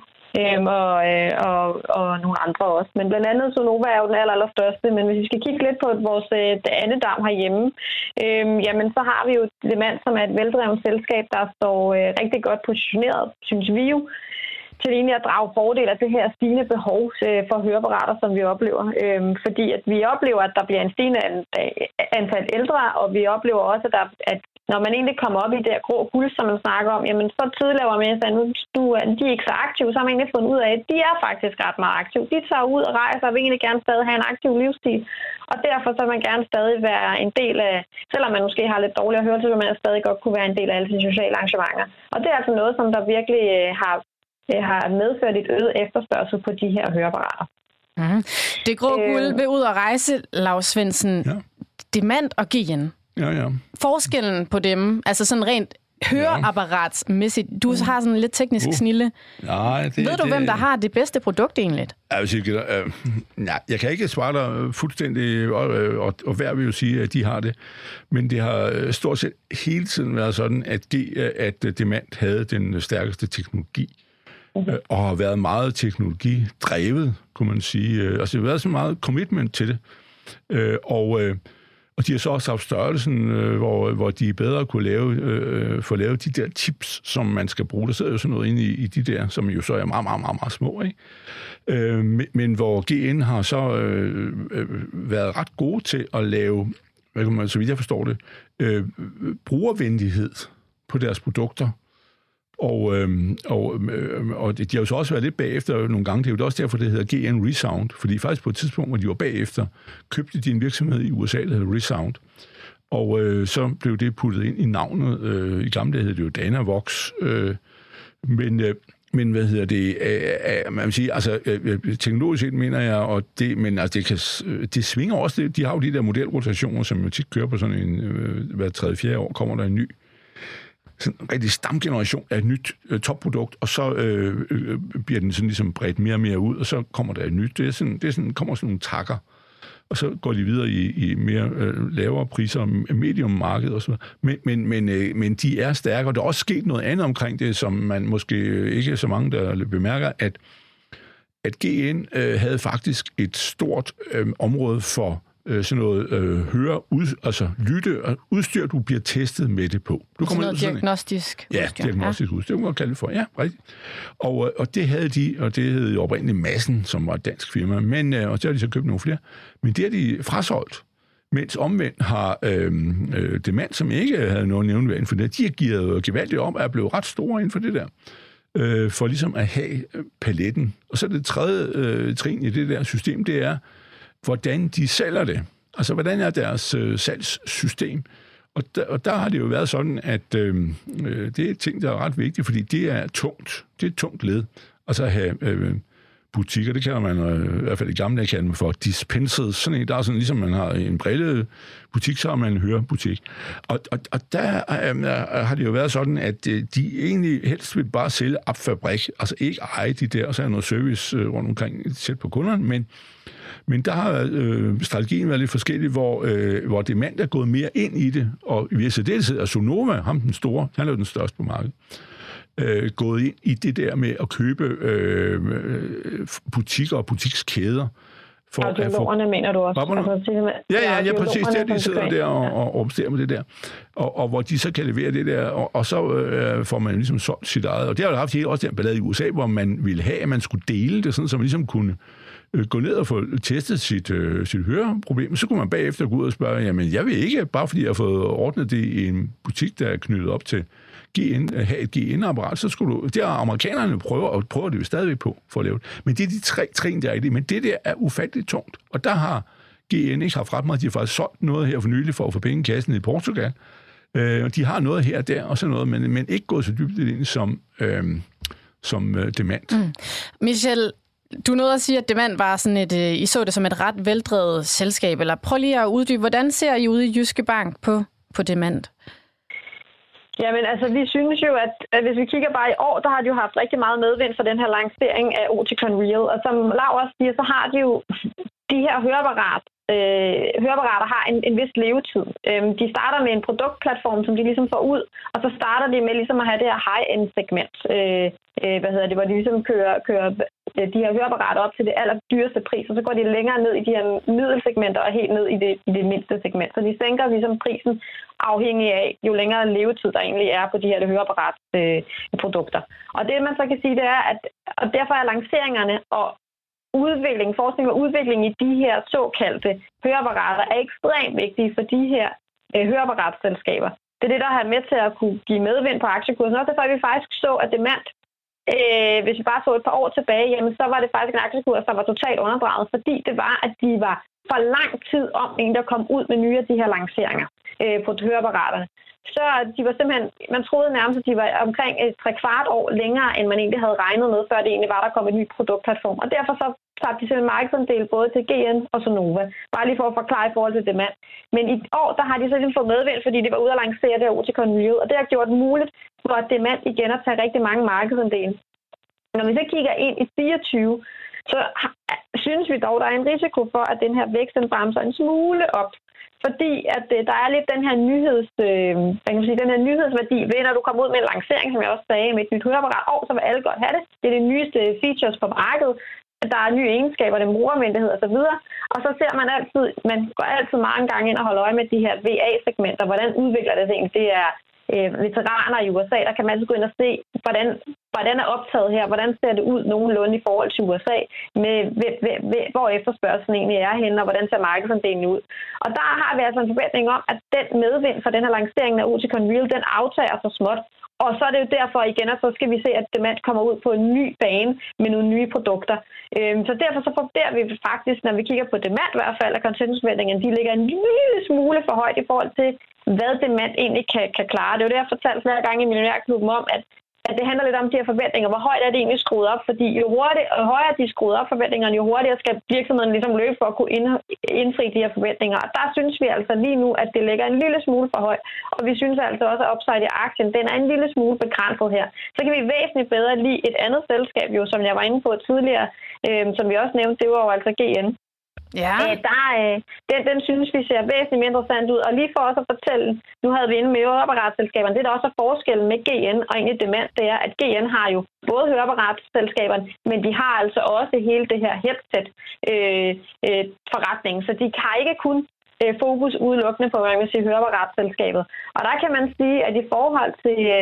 og nogle andre også. Men blandt andet Sonova er jo den allerstørste, men hvis vi skal kigge lidt på vores andedam herhjemme, jamen så har vi jo Demant, som er et veldrevet selskab, der står rigtig godt positioneret, synes vi jo, til egentlig at drage fordel af det her stigende behov for høreapparater, som vi oplever. Fordi at vi oplever, at der bliver en stigende antal ældre, og vi oplever også, at når man egentlig kommer op i det her grå guld, som man snakker om, jamen så tidligere var med at de er ikke så aktive, så har man egentlig fundet ud af, at de er faktisk ret meget aktive. De tager ud og rejser og vil egentlig gerne stadig have en aktiv livsstil. Og derfor så vil man gerne stadig være en del af, selvom man måske har lidt dårligere hørelse, så vil man stadig godt kunne være en del af alle de sociale arrangementer. Og det er altså noget, som der virkelig har medført et øget efterspørgsel på de her høreapparater. Det grå guld vil ud at rejse, Lav Svendsen. Ja. Demant og GN. Ja. Forskellen på dem, altså sådan rent høreapparatsmæssigt, du har sådan lidt teknisk snille. Ved du, hvem der har det bedste produkt egentlig? Jeg kan ikke svare dig fuldstændig, og hver vil jo sige, at de har det. Men det har stort set hele tiden været sådan, at Demant havde den stærkeste teknologi. Og har været meget teknologidrevet, kunne man sige. Altså, det har været så meget commitment til det. Og de har så også haft størrelsen, hvor de bedre kunne få lavet de der tips, som man skal bruge. Der sidder jo sådan noget inde i de der, som jo så er meget, meget, meget, meget små, ikke? Men hvor GN har så været ret gode til at lave, så vidt jeg forstår det, brugervenlighed på deres produkter. Og de har jo så også været lidt bagefter nogle gange. Det er jo også derfor, det hedder GN Resound. Fordi faktisk på et tidspunkt, hvor de var bagefter, købte de en virksomhed i USA, der hedder Resound. Og så blev det puttet ind i navnet. I gamle dage hed det jo Danavox. Men hvad hedder det? Man vil sige, altså teknologisk set mener jeg, og det, men altså det svinger også. De har jo de der modelrotationer, som jo tit kører på sådan en hver 3-4 år kommer der en ny sådan en rigtig stamgeneration af et nyt topprodukt, og så bliver den sådan ligesom bredt mere og mere ud, og så kommer der et nyt. Det er sådan kommer sådan nogle takker, og så går de videre i mere lavere priser, mediummarked og sådan noget. Men de er stærke, og der er også sket noget andet omkring det, som man måske ikke så mange, der bemærker, at GN havde faktisk et stort område for sådan noget lytte og udstyr, du bliver testet med det på. Du kommer noget diagnostisk udstyr. Ja, diagnostisk udstyr. Det kan man kalde det for. Ja, rigtigt. Og det havde de, og det hed jo oprindeligt Madsen, som var et dansk firma, men, og så har de så købt nogle flere. Men det har de frasolgt. Mens omvendt har Demant, som ikke havde noget nævnt inden for det, de har givet gevaldigt om, at er blevet ret store inden for det der. For ligesom at have paletten. Og så det tredje trin i det der system, det er, hvordan de sælger det. Altså, hvordan er deres salgssystem? Og der har det jo været sådan, at det er ting, der er ret vigtigt, fordi det er tungt. Det er et tungt led. Altså at have butikker, det kalder man i hvert fald i gamle dage kalder man for dispensers. Sådan en, der er sådan, ligesom man har en brillebutik, så har man en hørebutik. Og der har det jo været sådan, at de egentlig helst vil bare sælge op fabrik, altså ikke eje de der, og så er noget service rundt omkring tæt på kunderne, men der har strategien været lidt forskellig, hvor Demant er gået mere ind i det, og i særdeleshed er Sonova, ham den store, han er jo den største på markedet, gået ind i det der med at købe butikker og butikskæder. Audiologerne mener du også? Ja, præcis. De sidder der og opsterer med det der. Og hvor de så kan levere det der, og så får man ligesom solgt sit eget. Og det har jo haft også den ballade i USA, hvor man ville have, at man skulle dele det, sådan, så man ligesom kunne gå ned og få testet sit høreproblem. Så kunne man bagefter gå ud og spørge, jamen jeg vil ikke, bare fordi jeg har fået ordnet det i en butik, der er knyttet op til have et GN-apparat, så skulle du... Det har amerikanerne prøver det jo stadigvæk på for at lave det. Men det er de 3 trin, der er i det. Men det der er ufatteligt tungt. Og der har GN ikke haft ret meget. De har faktisk solgt noget her for nylig for at få penge i kassen i Portugal. Og de har noget her og der og sådan noget, men ikke gået så dybt ind som Demant. Michel, du nåede at sige, at Demant var sådan I så det som et ret veldrevet selskab. Eller prøv lige at uddybe, hvordan ser I ude i Jyske Bank på Demant? Jamen altså, vi synes jo, at hvis vi kigger bare i år, der har de jo haft rigtig meget medvind for den her lancering af Oticon Real. Og som Laura også siger, så har de jo de her høreapparater har en vis levetid. De starter med en produktplatform, som de ligesom får ud, og så starter de med ligesom at have det her high-end segment. Hvor de ligesom kører de her høreapparater op til det allerdyreste pris, og så går de længere ned i de her middelsegmenter og helt ned i det mindste segment. Så de sænker ligesom prisen afhængig af, jo længere levetid der egentlig er på de her høreapparatprodukter. Og det man så kan sige, det er, at og derfor er lanceringerne og forskning og udvikling i de her såkaldte høreapparater er ekstremt vigtige for de her høreapparatselskaber. Det er det, der har med til at kunne give medvind på aktiekursen. Også derfor vi faktisk så, at Demant, hvis vi bare så et par år tilbage, jamen, så var det faktisk en aktiekurs, der var totalt underdrejet, fordi det var, at de var for lang tid om en, der kom ud med nye af de her lanceringer på høreapparaterne. Så de var simpelthen, man troede nærmest, at de var omkring 3/4 år længere, end man egentlig havde regnet med, før det egentlig var, der kom en ny produktplatform. Og derfor så tabte de simpelthen markedsandel både til GN og Sonova. Bare lige for at forklare i forhold til Demant. Men i år, der har de så ligesom fået medvind, fordi de var ude at lancere det her Oticon Real, og det har gjort det muligt for Demant igen at tage rigtig mange markedsandele. Når vi så kigger ind i 24, så synes vi dog, der er en risiko for, at den her vækst den bremser en smule op. Fordi at der er lidt den her den her nyhedsværdi ved, når du kommer ud med en lancering, som jeg også sagde, med et nyt høreapparat, så vil alle godt have det. Det er det nyeste features på markedet. Der er nye egenskaber, det brugervenlighed osv. Og så ser man går altid mange gange ind og holder øje med de her VA-segmenter. Hvordan udvikler det sig? Det er veteraner i USA, der kan man altså gå ind og se, hvordan er optaget her, hvordan ser det ud nogenlunde i forhold til USA, med hvor efterspørgselen egentlig er henne, og hvordan ser markedsandelen ud. Og der har vi altså en forventning om, at den medvind for den her lancering af Oticon Real, den aftager så småt, Og så er det jo derfor igen, at så skal vi se, at Demant kommer ud på en ny bane med nogle nye produkter. Så derfor så vurderer vi faktisk, når vi kigger på Demant i hvert fald, at konsensusforventningerne, de ligger en lille smule for højt i forhold til, hvad Demant egentlig kan klare. Det er jo det, jeg fortalte flere gange i Millionærklubben om, at det handler lidt om de her forventninger. Hvor højt er det egentlig skruet op? Fordi jo højere de er skruet op forventningerne, jo hurtigere skal virksomheden ligesom løbe for at kunne indfri de her forventninger. Og der synes vi altså lige nu, at det ligger en lille smule for højt. Og vi synes altså også, at upside i aktien, den er en lille smule begrænset her. Så kan vi væsentligt bedre lide et andet selskab, jo, som jeg var inde på tidligere, som vi også nævnte, det var jo altså GN. Ja. Den synes vi ser væsentligt mere interessant ud. Og lige for os at fortælle, nu havde vi inde med høreapparatsselskaberne, det der også er forskellen med GN og egentlig Demant, det er, at GN har jo både høreapparatsselskaberne, men de har altså også hele det her headset forretning, så de har ikke kun fokus udelukkende på, høreapparatsselskabet. Og der kan man sige, at i forhold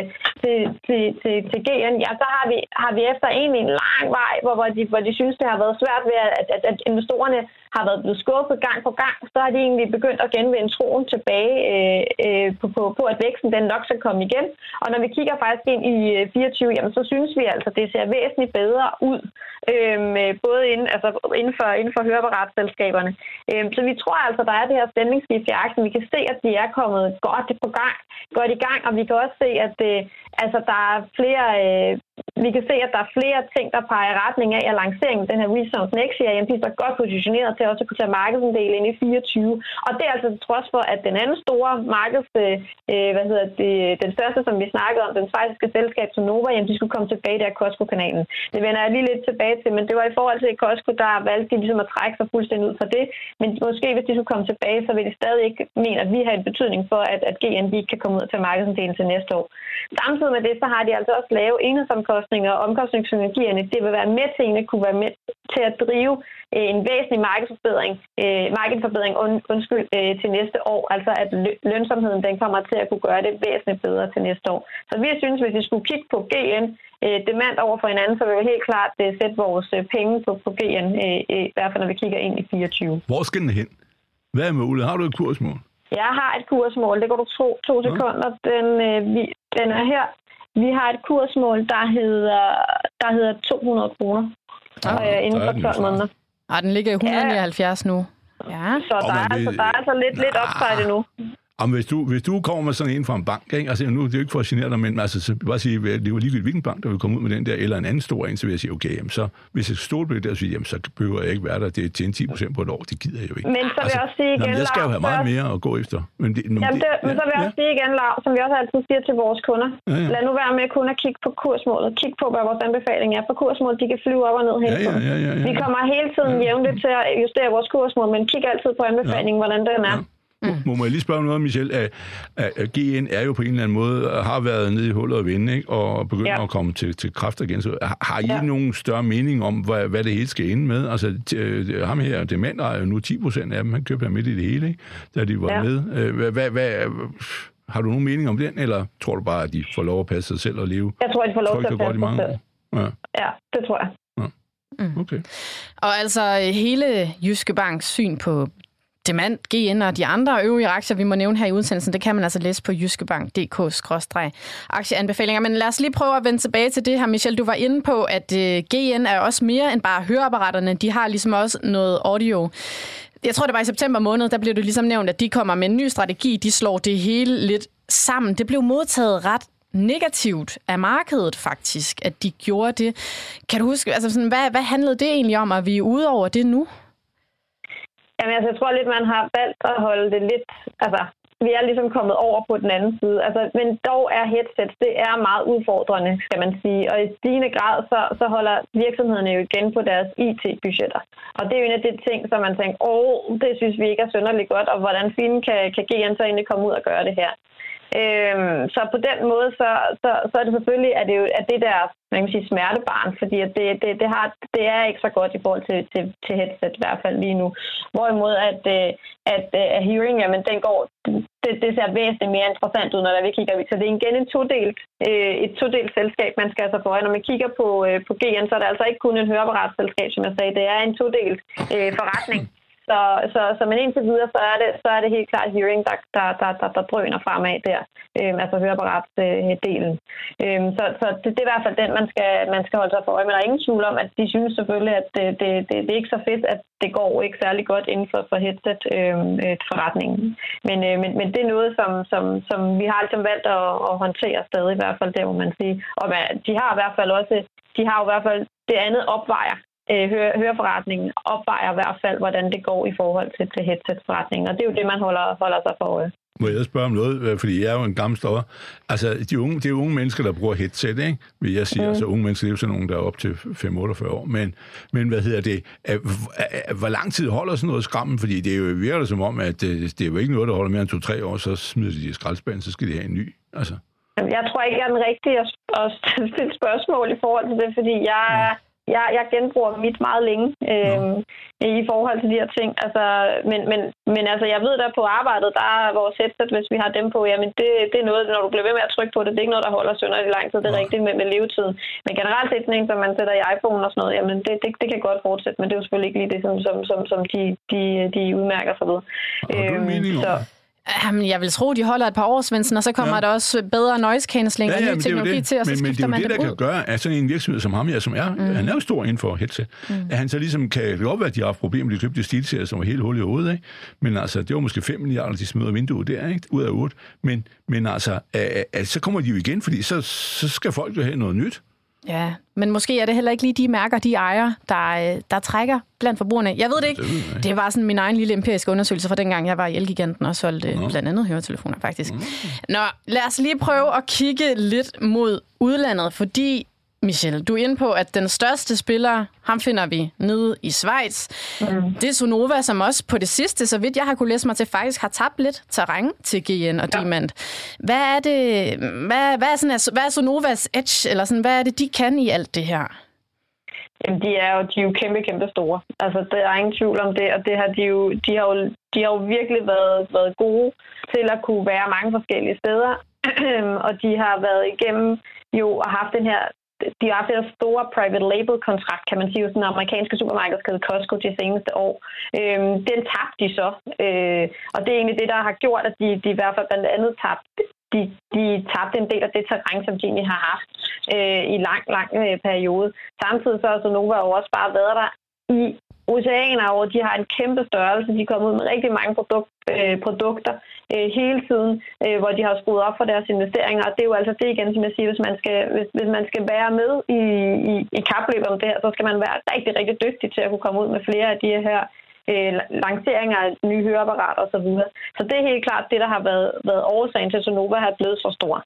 til GN, ja, så har vi efter egentlig en lang vej, hvor de synes, det har været svært ved, at investorerne har været blevet skuffet gang på gang, så har de egentlig begyndt at genvinde troen tilbage på, at væksten den nok skal komme igen. Og når vi kigger faktisk ind i 24, jamen, så synes vi altså, at det ser væsentligt bedre ud, både inden for høreapparatsselskaberne. Så vi tror altså, der er det her stemningsskift i aktien. Vi kan se, at de er kommet godt i gang, og vi kan også se, at der er flere... Vi kan se, at der er flere ting, der peger i retning af, at lanceringen af den her Resound Nexia, de er godt positioneret til også at kunne tage markedsandel ind i 24. Og det er altså til trods for, at den anden store den største, som vi snakkede om, den schweiziske selskab som Nova, de skulle komme tilbage der Costco-kanalen. Det vender jeg lige lidt tilbage til, men det var i forhold til Costco, der valgte de ligesom at trække sig fuldstændig ud fra det. Men måske, hvis de skulle komme tilbage, så vil de stadig ikke mene, at vi har en betydning for, at GNB kan komme ud og tage markedsandelen til næste år. Samtidig med det, så har de altså også lavet enhedsomkostninger og omkostningssynergierne. Det vil være med til kunne være med til at drive en væsentlig markedsforbedring til næste år. Altså at lønsomheden den kommer til at kunne gøre det væsentligt bedre til næste år. Så vi synes, hvis vi skulle kigge på GN Demant over for hinanden, så vil vi helt klart sætte vores penge på GN, i hvert fald når vi kigger ind i 24. Hvor skal den hen? Hvad er målet? Har du et kursmål? Jeg har et kursmål. Det går du to sekunder. Den er her. Vi har et kursmål, der hedder 200 kroner inden for 12 måneder. Den ligger i 179 nu. Ja. Så der er altså lidt upside nu. Hvis du kommer med sådan en fra en bank, ikke? Altså nu det er jo ikke for at genere dig, men altså, så bare sige, det var ligegyldigt hvilken bank, der vil komme ud med den der, eller en anden stor en, så vil jeg sige, okay, jamen, så hvis jeg stole på det der, så siger jamen, så behøver jeg ikke være der. Det er tjent 10% på et år, det gider jeg jo ikke. Men så vil jeg også sige igen, jeg skal jo have meget mere at gå efter. Så vil jeg også sige igen, Lav, som vi også altid siger til vores kunder. Ja. Lad nu være med kun at kigge på kursmålet. Kig på, hvad vores anbefaling er. For kursmålet, de kan flyve op og ned hele tiden. Ja. Vi kommer hele tiden jævnligt til at justere vores kursmål, men kig altid på anbefalingen, hvordan den er. Må jeg lige spørge noget, Michelle? GN er jo på en eller anden måde, har været nede i hullet og vinde, ikke? Og begynder at komme til kraft igen. Så har I nogen større mening om, hvad det hele skal ende med? Altså, ham her, Demant er jo nu 10% af dem, han købte midt i det hele, ikke? Da de var med. Har du nogen mening om den, eller tror du bare, at de får lov at passe sig selv og leve? Jeg tror, de får lov til at passe sig selv. Ja, det tror jeg. Okay. Og altså hele Jyske Banks syn på Demant, GN og de andre øvrige aktier, vi må nævne her i udsendelsen, det kan man altså læse på jyskebank.dk/aktieanbefalinger. Men lad os lige prøve at vende tilbage til det her, Michelle. Du var inde på, at GN er også mere end bare høreapparaterne. De har ligesom også noget audio. Jeg tror, det var i september måned, der blev det ligesom nævnt, at de kommer med en ny strategi. De slår det hele lidt sammen. Det blev modtaget ret negativt af markedet faktisk, at de gjorde det. Kan du huske, altså sådan, hvad handlede det egentlig om, at vi er ude over det nu? Jamen, altså, jeg tror lidt, man har valgt at holde det lidt... Altså, vi er ligesom kommet over på den anden side. Altså, men dog er headsets, det er meget udfordrende, skal man sige. Og i stigende grad, så holder virksomhederne jo igen på deres IT-budgetter. Og det er jo en af de ting, som man tænker, det synes vi ikke er synderligt godt, og hvordan fint kan GN så egentlig komme ud og gøre det her. Så på den måde, så er det selvfølgelig, at det der, man kan sige, smertebarn, fordi at det er ikke så godt i forhold til headset, i hvert fald lige nu. Hvorimod at hearing, jamen den går, det ser væsentligt mere interessant ud, når vi kigger. Så det er igen et todelt selskab, man skal altså få. Når man kigger på GN, så er det altså ikke kun et høreapparatsselskab, som jeg sagde. Det er en todelt forretning. Så men indtil videre, så er det helt klart hearing, der drøner fremad der. Altså høreapparatsdelen. Så det er i hvert fald den, man skal holde sig for øje. Men der er ingen tvivl om, at de synes selvfølgelig, at det er ikke så fedt, at det går ikke særlig godt inden for headset-forretningen. Men det er noget, som vi har ligesom valgt at håndtere stadig, i hvert fald der, må man sige. Og de har i hvert fald det andet opvejer. Høreforretningen opvejer i hvert fald, hvordan det går i forhold til headset-forretningen. Og det er jo det, man holder sig for øje. Må jeg spørge om noget? Fordi jeg er jo en gammel stopper. Altså, det er unge mennesker, der bruger headset, ikke? Vil jeg sige. Altså, unge mennesker, det er jo sådan nogle, der er op til 5-48 år. Men hvad hedder det? Hvor lang tid holder sådan noget skrammen? Fordi det er jo virker som om, at det er jo ikke noget, der holder mere end 2-3 år, så smider de i skraldespanden, så skal de have en ny. Altså. Jeg tror ikke, jeg er den rigtige at stille spørgsmål i forhold til det, fordi jeg genbruger mit meget længe i forhold til de her ting. Altså, men altså, jeg ved der på arbejdet, der er vores headset, hvis vi har dem på, jamen det er noget, når du bliver ved med at trykke på det, det er ikke noget, der holder sønderligt lang tid, det er rigtigt med levetiden. Men generelt set sådan en, som man sætter i iPhone og sådan noget, jamen det kan godt fortsætte, men det er jo selvfølgelig ikke lige det, som de udmærker sig ved. Har du en mening om det? Jamen, jeg vil tro, de holder et par år, Svendsen, og så kommer der også bedre noise cancelling og ny teknologi til, og så skifter man det ud. Men det er jo det, der kan gøre, at sådan en virksomhed som ham her, som han er jo stor inden for headset, at han så ligesom kan godt være, at de har haft problemer, de købte SteelSeries, som var helt hul i hovedet, ikke? Men altså, det var måske 5 milliarder, de smider vinduet der, ikke? Ud af 8. Men altså, så kommer de jo igen, fordi så skal folk jo have noget nyt. Ja, men måske er det heller ikke lige de mærker, de ejer, der trækker blandt forbrugerne. Jeg ved det ikke. Det var sådan min egen lille empiriske undersøgelse fra dengang, jeg var i Elgiganten og solgte blandt andet høretelefoner, faktisk. Nå, lad os lige prøve at kigge lidt mod udlandet, fordi Michelle, du er inde på, at den største spiller, ham finder vi nede i Schweiz. Det er Sonova, som også på det sidste, så vidt jeg har kunne læse mig til, faktisk har tabt lidt terræn til GN og Demant. Hvad er det? Hvad er Sonovas edge, eller sådan, hvad er det, de kan i alt det her? Jamen, de er jo kæmpe store. Altså, der er ingen tvivl om det, og det har de har jo virkelig været gode til at kunne være mange forskellige steder, og de har været igennem jo og haft den her. De har haft et store private label-kontrakt, kan man sige, sådan en amerikanske supermarkedskæde Costco de seneste år. Den tabte de så, og det er egentlig det, der har gjort, at de i hvert fald blandt andet de tabte en del af det terræn, som de egentlig har haft i lang periode. Samtidig så har Sonova jo også bare været der i oceaner, hvor de har en kæmpe størrelse. De er kommet ud med rigtig mange produkter hele tiden, hvor de har skruet op for deres investeringer. Og det er jo altså det igen, som jeg siger, hvis man skal være med i kapløbet om det her, så skal man være rigtig, rigtig dygtig til at kunne komme ud med flere af de her lanceringer af nye høreapparater osv. Så det er helt klart det, der har været årsagen til, at Sonova har blevet så stor.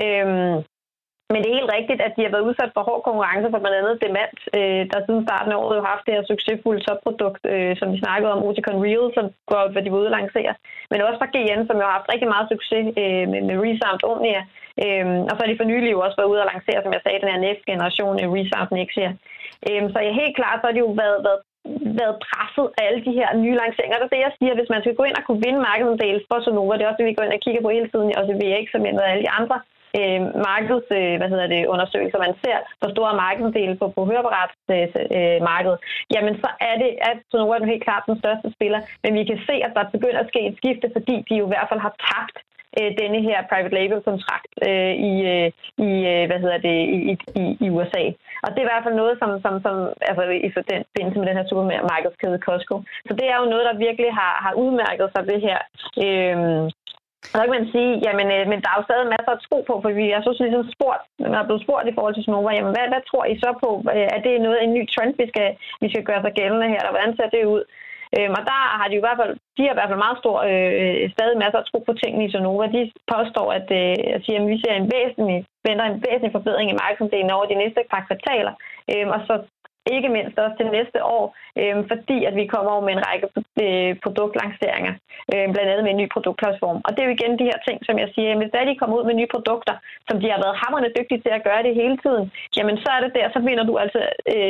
Men det er helt rigtigt, at de har været udsat for hård konkurrence fra blandt andet Demant, der siden starten af året har haft det her succesfulde topprodukt, som vi snakkede om, Oticon Real, som går, hvad de var ude at lancere. Men også fra GN, som jo har haft rigtig meget succes med ReSound Omnia. Og så har de for nylig jo også været ude at lancere, som jeg sagde, den her næste generation ReSound Nexia. Så helt klart, så har de jo været presset af alle de her nye lanceringer. Det er det, jeg siger, hvis man skal gå ind og kunne vinde markedsandel for Sonova, det er også det, vi går ind og kigger på hele tiden, også i VX, som med alle de andre undersøgelser, man ser, hvor store markedsandele på høreapparatsmarkedet, jamen så er det, at Sonova er helt klart den største spiller, men vi kan se, at der begynder at ske et skifte, fordi de jo i hvert fald har tabt denne her private label-kontrakt i USA. Og det er i hvert fald noget, som altså i forbindelse med den her supermarkedskæde Costco. Så det er jo noget, der virkelig har udmærket sig det her. Så kan man sige, jamen, men der er jo stadig masser at tro på, for vi er så ligesom man er blevet spurgt i forhold til Sonova, jamen hvad tror I så på? Er det en ny trend, vi skal gøre sig gældende her, eller hvordan ser det ud? Og der har de i hvert fald meget stor, stadig masser at tro på tingene i Sonova. De påstår, at vi ser en væsentlig forbedring i markedsandelen over de næste par kvartaler, og så ikke mindst også til næste år, fordi at vi kommer over med en række produktlanceringer, blandt andet med en ny produktplatform. Og det er jo igen de her ting, som jeg siger, hvis de kommer ud med nye produkter, som de har været hamrende dygtige til at gøre det hele tiden, jamen så er det der, så vinder du altså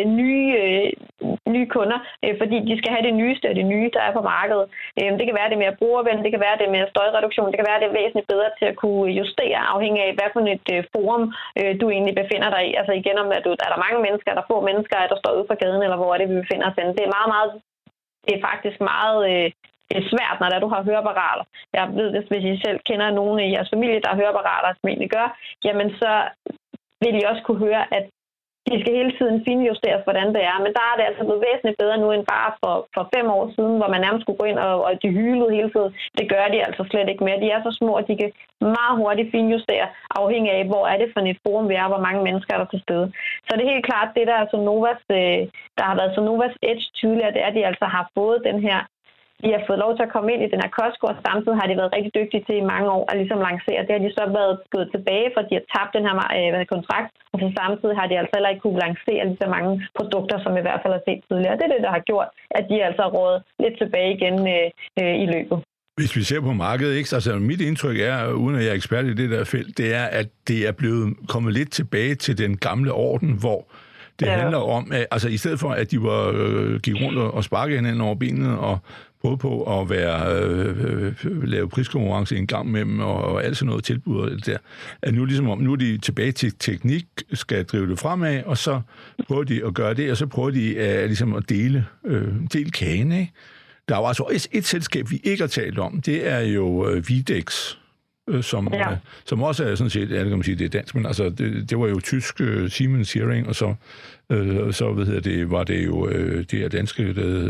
nye kunder, fordi de skal have det nyeste og det nye, der er på markedet. Det kan være det mere brugervenligt, det kan være det mere støjreduktion, det kan være det væsentligt bedre til at kunne justere afhængig af, hvad for et forum du egentlig befinder dig i. Altså igen, om er der mange mennesker, er der få mennesker, er der står ude på gaden, eller hvor er det, vi befinder os henne. Det er meget, meget det er faktisk meget svært, når du har høreapparater. Jeg ved, hvis I selv kender nogen i jeres familie, der har høreapparater, som egentlig gør, jamen så vil I også kunne høre, at de skal hele tiden finjusteres, hvordan det er. Men der er det altså blevet væsentligt bedre nu end bare for 5 år siden, hvor man nærmest skulle gå ind og de hylede hele tiden. Det gør de altså slet ikke mere. De er så små, at de kan meget hurtigt finjustere, afhængig af, hvor er det for et forum, vi er, hvor mange mennesker er der til stede. Så det er helt klart, det der er Sonovas, der har været Sonovas Edge tidligere, det er, at de altså har fået den her. De har fået lov til at komme ind i den her Costco, og samtidig har de været rigtig dygtige til i mange år at ligesom lancere. Det har de så været gået tilbage, for de har tabt den her kontrakt, og så samtidig har de altså heller ikke kunne lancere lige så mange produkter, som vi i hvert fald har set tidligere. Det er det, der har gjort, at de altså har rådet lidt tilbage igen i løbet. Hvis vi ser på markedet, ikke? Altså mit indtryk er, uden at jeg er ekspert i det der felt, det er, at det er blevet kommet lidt tilbage til den gamle orden, hvor det handler om, at altså i stedet for, at de gik rundt og sparkede hinanden over benene og både på at lave priskonkurrence en gang med dem og alt sådan noget tilbud og det der, at nu er de tilbage til teknik, skal drive det fremad, og så prøver de at gøre det, og så prøver de ligesom at dele kagen, ikke? Der er jo altså et selskab, vi ikke har talt om, det er jo Videx, som også er sådan set, kan man sige, det er dansk, men altså det var jo tysk Siemens Hearing, og så var det jo det her danske,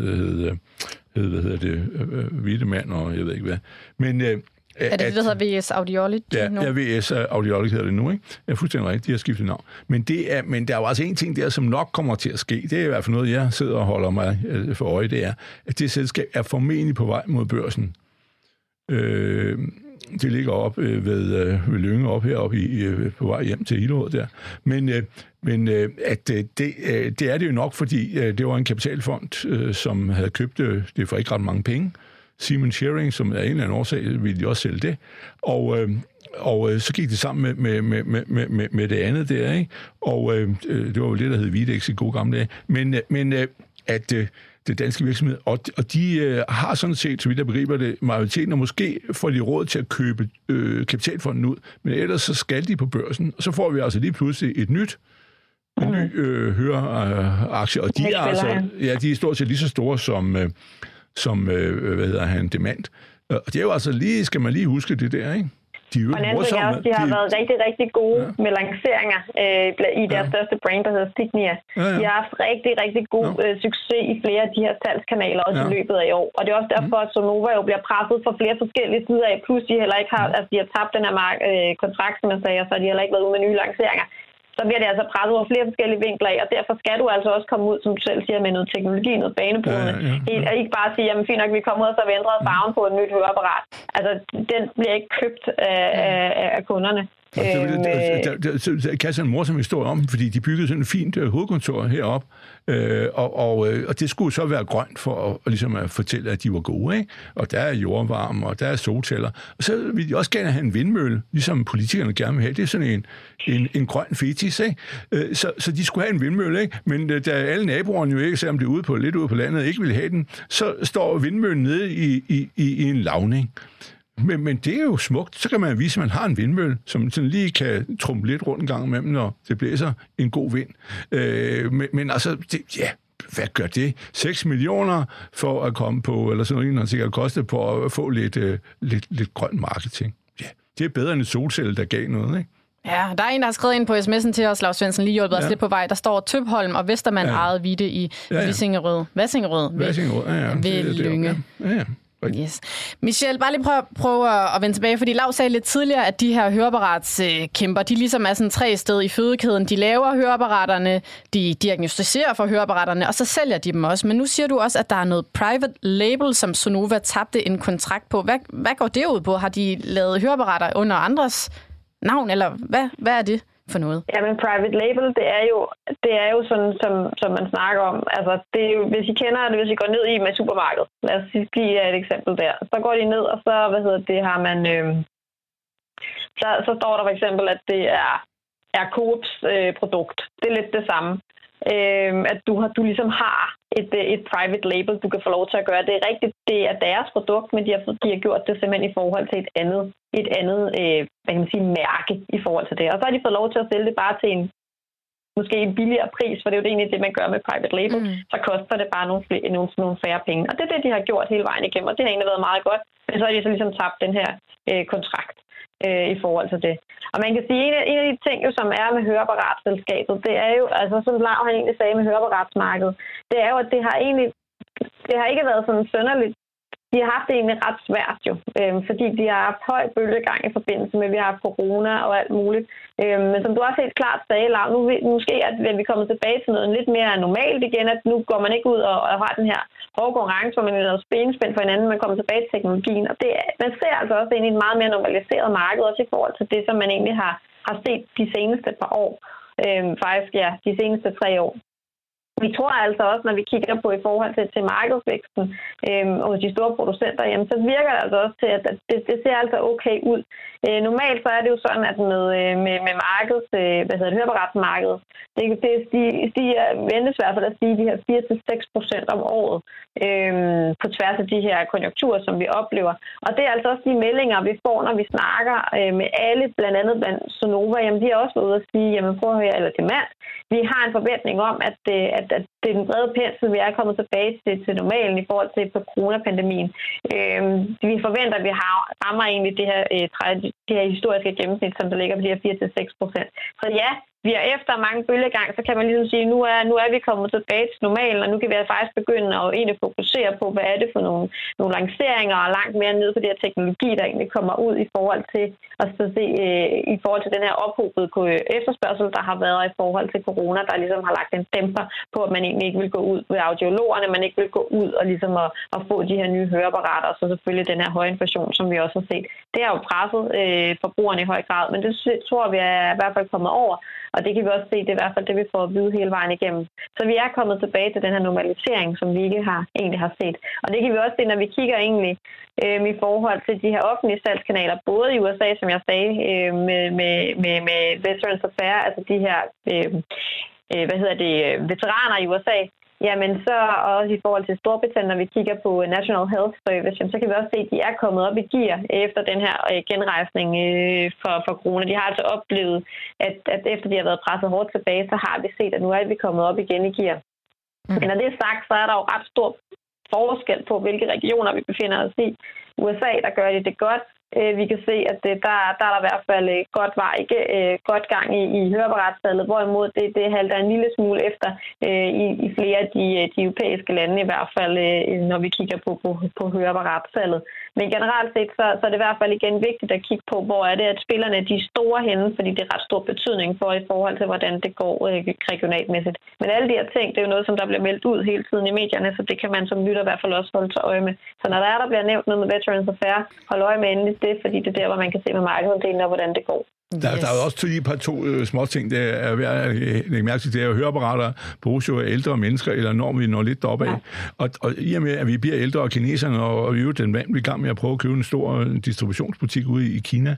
Wiedemann, og jeg ved ikke hvad. Men er det det, der hedder VS Audiology nu? Ja, VS Audiology hedder det nu, ikke? Jeg er fuldstændig rigtigt, de har skiftet navn. Men der er jo altså en ting der, som nok kommer til at ske. Det er i hvert fald noget, jeg sidder og holder mig for øje, det er, at det selskab er formentlig på vej mod børsen. Det ligger op ved Lynge, op heroppe på vej hjem til Hillerød der. Men at det er det jo nok, fordi det var en kapitalfond, som havde købt det for ikke ret mange penge. Siemens Hearing, som er en eller anden årsag, ville de også sælge det. Og så gik det sammen med det andet der, ikke? Og det var jo det, der hed Videx i gode gamle dage. Men at det danske virksomhed, og de har sådan set, så vidt jeg begriber det, majoriteten, og måske får de råd til at købe kapitalfonden ud, men ellers så skal de på børsen, og så får vi altså lige pludselig en ny høreaktie, og de er altså, de er stort set lige så store som Demant. Og det er jo altså lige, skal man lige huske det der, ikke? Og en anden ting er også, de har været rigtig, rigtig gode med lanceringer i deres største brand, der hedder Signia. De har haft rigtig, rigtig god succes i flere af de her salgskanaler også i løbet af i år. Og det er også derfor, at Sonova jo bliver presset fra flere forskellige sider af. Plus de heller ikke har, altså de har tabt den her kontrakt, som jeg sagde, og så har de heller ikke været ude med nye lanceringer. Så bliver det altså presset over flere forskellige vinkler af, og derfor skal du altså også komme ud, som du selv siger, med noget teknologi, noget banebrydende. Og ikke bare sige, jamen fint nok, vi kommer ud, og så har vi ændret farven på et nyt høreapparat. Altså, den bliver ikke købt af kunderne. Kan jeg en morsom historie om, fordi de byggede sådan et fint hovedkontor heroppe, og det skulle så være grønt for at, ligesom at fortælle, at de var gode, ikke? Og der er jordvarme, og der er solceller. Og så ville de også gerne have en vindmølle, ligesom politikerne gerne vil have. Det er sådan en grøn fetis, ikke? Så de skulle have en vindmølle, ikke? Men da alle naboerne jo ikke, selvom det er lidt ude på landet, ikke ville have den, så står vindmøllen nede i en lavning. Men det er jo smukt. Så kan man vise, at man har en vindmølle, som sådan lige kan trumpe lidt rundt en gang imellem, når det blæser en god vind. Men altså, hvad gør det? 6 millioner for at komme på, eller sådan noget, der sikkert koster på at få lidt grøn marketing. Ja, det er bedre end et solcelle, der gav noget, ikke? Ja, der er en, der har skrevet ind på sms'en til os, Lars Svendsen, lige hjulpet os lidt på vej. Der står Tøbholm og Vestermand ejet Vide i Vissingerød. Vassingerød ved Lynge. Ja. Yes. Michelle, bare lige prøv at vende tilbage, fordi Lav sagde lidt tidligere, at de her høreapparatskæmper, de ligesom er sådan 3 steder i fødekæden. De laver høreapparaterne, de diagnostiserer for høreapparaterne, og så sælger de dem også. Men nu siger du også, at der er noget private label, som Sonova tabte en kontrakt på. Hvad går det ud på? Har de lavet høreapparater under andres navn, eller hvad er det for noget? Jamen, private label, det er jo sådan, som man snakker om. Altså, det er jo, hvis I kender det, hvis I går ned i med supermarkedet. Lad os give et eksempel der. Så går de ned, og så, har man... Så står der for eksempel, at det er Coops produkt. Det er lidt det samme. At du ligesom har et private label, du kan få lov til at gøre. Det er rigtigt, det er deres produkt, men de har gjort det simpelthen i forhold til et andet hvad kan man sige, mærke i forhold til det. Og så har de fået lov til at sælge det bare til måske en billigere pris, for det er jo egentlig det, man gør med private label, så koster det bare nogle færre penge. Og det er det, de har gjort hele vejen igennem, og det har egentlig været meget godt. Men så har de så ligesom tabt den her kontrakt i forhold til det. Og man kan sige, en af de ting, jo, som er med høreapparatselskabet, det er jo, altså som Lau han egentlig sagde med høreapparatsmarkedet, det er jo, at det har ikke været sådan sønderligt. De har haft det egentlig ret svært jo, fordi de har haft høj bølgegang i forbindelse med, at vi har haft corona og alt muligt. Men som du også helt klart sagde, Lau, nu måske at vi kommer tilbage til noget lidt mere normalt igen, at nu går man ikke ud og har den her hårde konkurrence, hvor man er noget benspænd for hinanden, man kommer tilbage til teknologien. Og man ser altså også egentlig et meget mere normaliseret marked, også i forhold til det, som man egentlig har set de seneste par år. Faktisk, ja, de seneste 3 år. Vi tror altså også, når vi kigger på i forhold til markedsvæksten hos de store producenter, jamen, så virker det altså også til, at det ser altså okay ud. Normalt så er det jo sådan, at med markeds, høreapparatsmarkedet, de ventes i hvert fald at sige de her 4-6% om året på tværs af de her konjunkturer, som vi oplever. Og det er altså også de meldinger, vi får, når vi snakker med alle, blandt andet blandt Sonova. Jamen, de er også ude at sige, jamen prøv at høre, eller til mand, vi har en forventning om, at det er den brede pensel, vi er kommet tilbage til normalen i forhold til på coronapandemien. Vi forventer, at vi rammer egentlig det her historiske gennemsnit, som der ligger på de her 4-6%. Så ja, vi er efter mange bølgegang, så kan man ligesom sige, nu er vi kommet tilbage til normalen, og nu kan vi faktisk begynde at egentlig fokusere på, hvad er det for nogle lanceringer, og langt mere ned på det her teknologi, der egentlig kommer ud i forhold til at se, i forhold til den her ophobede efterspørgsel, der har været i forhold til corona, der ligesom har lagt en dæmper på, at man egentlig ikke vil gå ud ved audiologerne, man ikke vil gå ud og ligesom at få de her nye høreapparater, og så selvfølgelig den her høje inflation, som vi også har set. Det har jo presset forbrugerne i høj grad, men det tror vi er i hvert fald kommet over. Og det kan vi også se, det er i hvert fald det, vi får at vide hele vejen igennem. Så vi er kommet tilbage til den her normalisering, som vi ikke egentlig har set. Og det kan vi også se, når vi kigger egentlig i forhold til de her offentlige salgskanaler, både i USA, som jeg sagde, med Veterans Affairs, altså de her veteraner i USA. Jamen så også i forhold til Storbritannien, når vi kigger på National Health Service, så kan vi også se, at de er kommet op i gear efter den her genrejsning for corona. De har altså oplevet, at efter de har været presset hårdt tilbage, så har vi set, at nu er vi kommet op igen i gear. Men når det er sagt, så er der jo ret stor forskel på, hvilke regioner vi befinder os i. USA, der gør det godt. Vi kan se, at der er i hvert fald godt gang i høreapparatssalget, hvorimod det halter en lille smule efter i flere af de europæiske lande, i hvert fald når vi kigger på høreapparatssalget. Men generelt set, så er det i hvert fald igen vigtigt at kigge på, hvor er det, at spillerne de er store henne, fordi det er ret stor betydning for i forhold til, hvordan det går regionalmæssigt. Men alle de her ting, det er jo noget, som der bliver meldt ud hele tiden i medierne, så det kan man som lytter i hvert fald også holde til øje med. Så når der bliver nævnt noget med Veterans Affairs, hold øje med endelig det, fordi det er der, hvor man kan se med markedsandelen og hvordan det går. Der er jo også et par små ting, det er værd at lægge mærke til. Det er jo høreapparater bruges jo af ældre mennesker, eller når vi når lidt deroppe af. Ja. Og i og med, at vi bliver ældre, og kineserne og vi den vand, vi er i gang med at prøve at købe en stor distributionsbutik ude i Kina,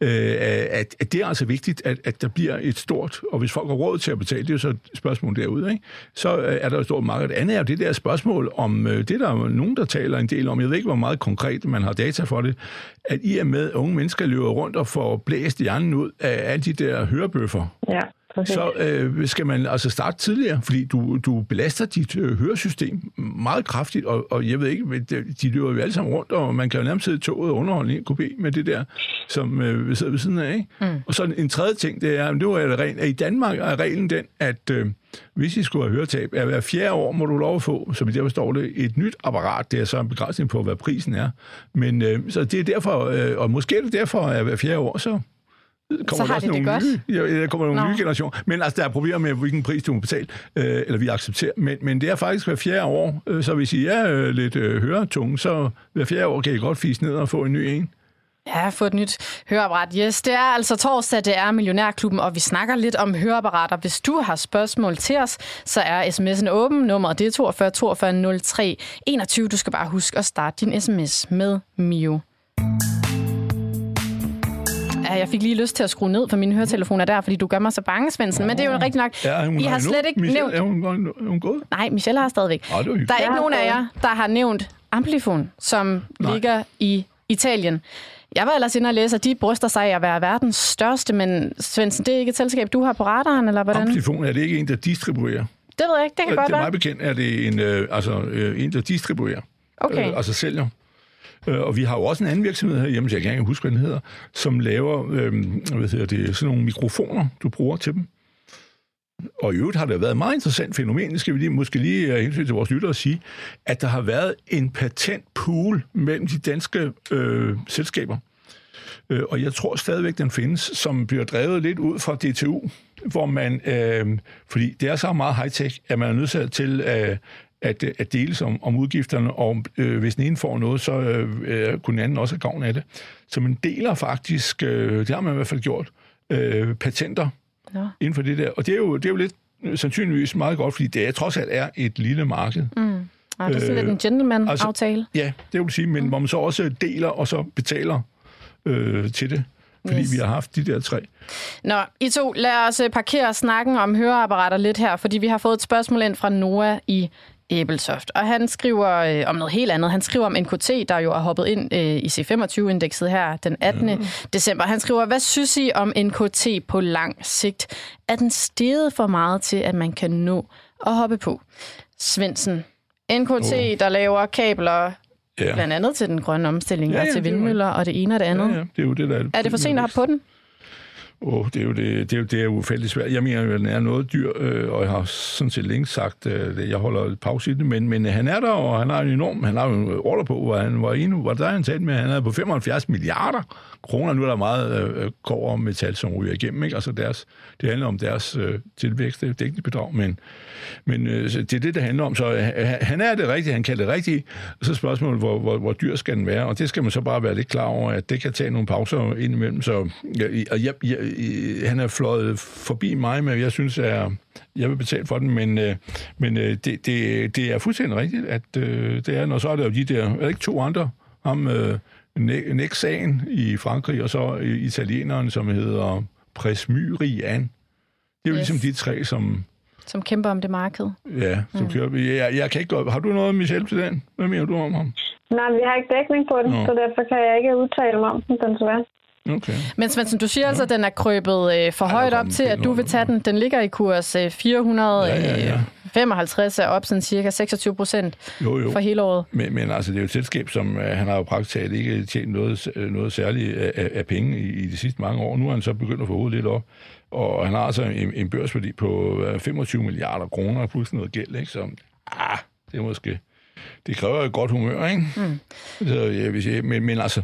at det er altså vigtigt, at der bliver et stort, og hvis folk har råd til at betale, det er jo så et spørgsmål derude, ikke? Så er der et stort marked. Det andet er jo det der spørgsmål om, det der er nogen, der taler en del om, jeg ved ikke, hvor meget konkret man har data for det, at i og med unge mennesker løber rundt og får blæst hjernen ud af alle de der hørebøffer, så skal man altså starte tidligere, fordi du belaster dit høresystem meget kraftigt, og jeg ved ikke, de løber jo alle sammen rundt, og man kan jo nærmest sidde i toget og underholde en kopé med det der, som vi sidder ved siden af, ikke? Og så en tredje ting, det er, at i Danmark er reglen den, at hvis I skulle have høretab, at hver 4. år må du lov at få, som i der står det, et nyt apparat. Det er så en begrænsning på, hvad prisen er. Men så det er derfor, og måske er det derfor, at hver 4. år, så kommer der også nogle nye generationer. Men altså, der er problemer med, hvilken pris du må betale, eller vi accepterer. Men det er faktisk hver 4. år, så hvis I er lidt høretunge, så hver 4. år kan I godt fise ned og få en ny en. Ja, få et nyt høreapparat. Yes, det er altså torsdag, det er Millionærklubben, og vi snakker lidt om høreapparater. Hvis du har spørgsmål til os, så er sms'en åben. Nummeret det er 42 42 03 21. Du skal bare huske at starte din sms med Mio. Ja, jeg fik lige lyst til at skrue ned for mine høretelefoner der, fordi du gør mig så bange, Svendsen. Men det er jo rigtig nok. Ja, I har slet ikke nævnt... Er hun gået? Nej, Michelle har stadigvæk. Der er ikke nogen af jer, der har nævnt Amplifon, som ligger i Italien. Jeg var ellers inde og læse, at de bryster sig af at være verdens største, men Svendsen, det er ikke et selskab, du har på radaren, eller hvordan? Amplifon er det ikke en, der distribuerer. Det ved jeg ikke, det kan godt være. Det er meget bekendt, er det en der distribuerer, okay. Altså sælger. Og vi har jo også en anden virksomhed herhjemme, så jeg kan ikke huske, hvad den hedder, som laver sådan nogle mikrofoner, du bruger til dem. Og i øvrigt har det været et meget interessant fænomen, skal vi måske lige hensyn til vores lyttere sige, at der har været en patentpool mellem de danske selskaber. Og jeg tror stadigvæk, den findes, som bliver drevet lidt ud fra DTU, hvor man, fordi det er så meget high-tech, at man er nødt til at deles om udgifterne, og hvis den ene får noget, så kunne den anden også have gavn af det. Så man deler faktisk, det har man i hvert fald gjort, patenter inden for det der. Og det er jo lidt sandsynligvis meget godt, fordi det trods alt er et lille marked. Mm. Ja, det er sådan lidt en gentleman-aftale. Altså, ja, det vil sige, men hvor man så også deler og så betaler til det. Fordi vi har haft de der 3. Nå, I to, lad os parkere snakken om høreapparater lidt her, fordi vi har fået et spørgsmål ind fra Noah i Ebeltoft. Og han skriver om noget helt andet. Han skriver om NKT, der jo er hoppet ind i C25-indekset her den 18. december. Han skriver, hvad synes I om NKT på lang sigt? Er den steget for meget til, at man kan nå at hoppe på? Svendsen, NKT, der laver kabler blandt andet til den grønne omstilling og til vindmøller og det ene og det andet. Ja, det er jo det, der er det for sent at hoppe på den? Det er jo fældig svært. Jeg mener, at den er noget dyr, og jeg har sådan set længe sagt, at jeg holder pause i det, men han er der, og han har en enorm, han har jo en order på, hvor han var ene, hvor der han talt med, han er på 75 milliarder kroner. Nu er der meget kår og metal, som ryger igennem, ikke? Altså det handler om deres tilvækst, det er dækningsbedrag, men det er det handler om. Så han er det rigtige, han kan det rigtige, og så spørgsmålet, hvor dyr skal den være, og det skal man så bare være lidt klar over, at det kan tage nogle pauser indimellem, så han er fløjet forbi mig, men jeg synes, at jeg vil betale for den, men det er fuldstændig rigtigt, at det er, når så er der jo de der, er det ikke 2 andre, ham Nexan i Frankrig, og så italieneren, som hedder Presmyrian. Det er jo ligesom de 3, som kæmper om det marked. Ja, som kører. Jeg kan ikke gå. Har du noget, Michelle, til den? Hvad mener du om ham? Nej, vi har ikke dækning på den, så derfor kan jeg ikke udtale mig om den, desværre. Okay. Men Svendsen, du siger altså, at den er krøbet for højt op til, at du vil tage den. Den ligger i kurs 455 er op sådan cirka 26% for hele året. Men altså, det er jo et selskab, som han har jo praktisk talt ikke tjent noget særligt af penge i de sidste mange år. Nu har han så begyndt at få hovedet lidt op. Og han har altså en børsværdi på 25 milliarder kroner plus noget gæld, ikke? Så det er måske... Det kræver et godt humør, ikke? Så jeg vil sige, men altså...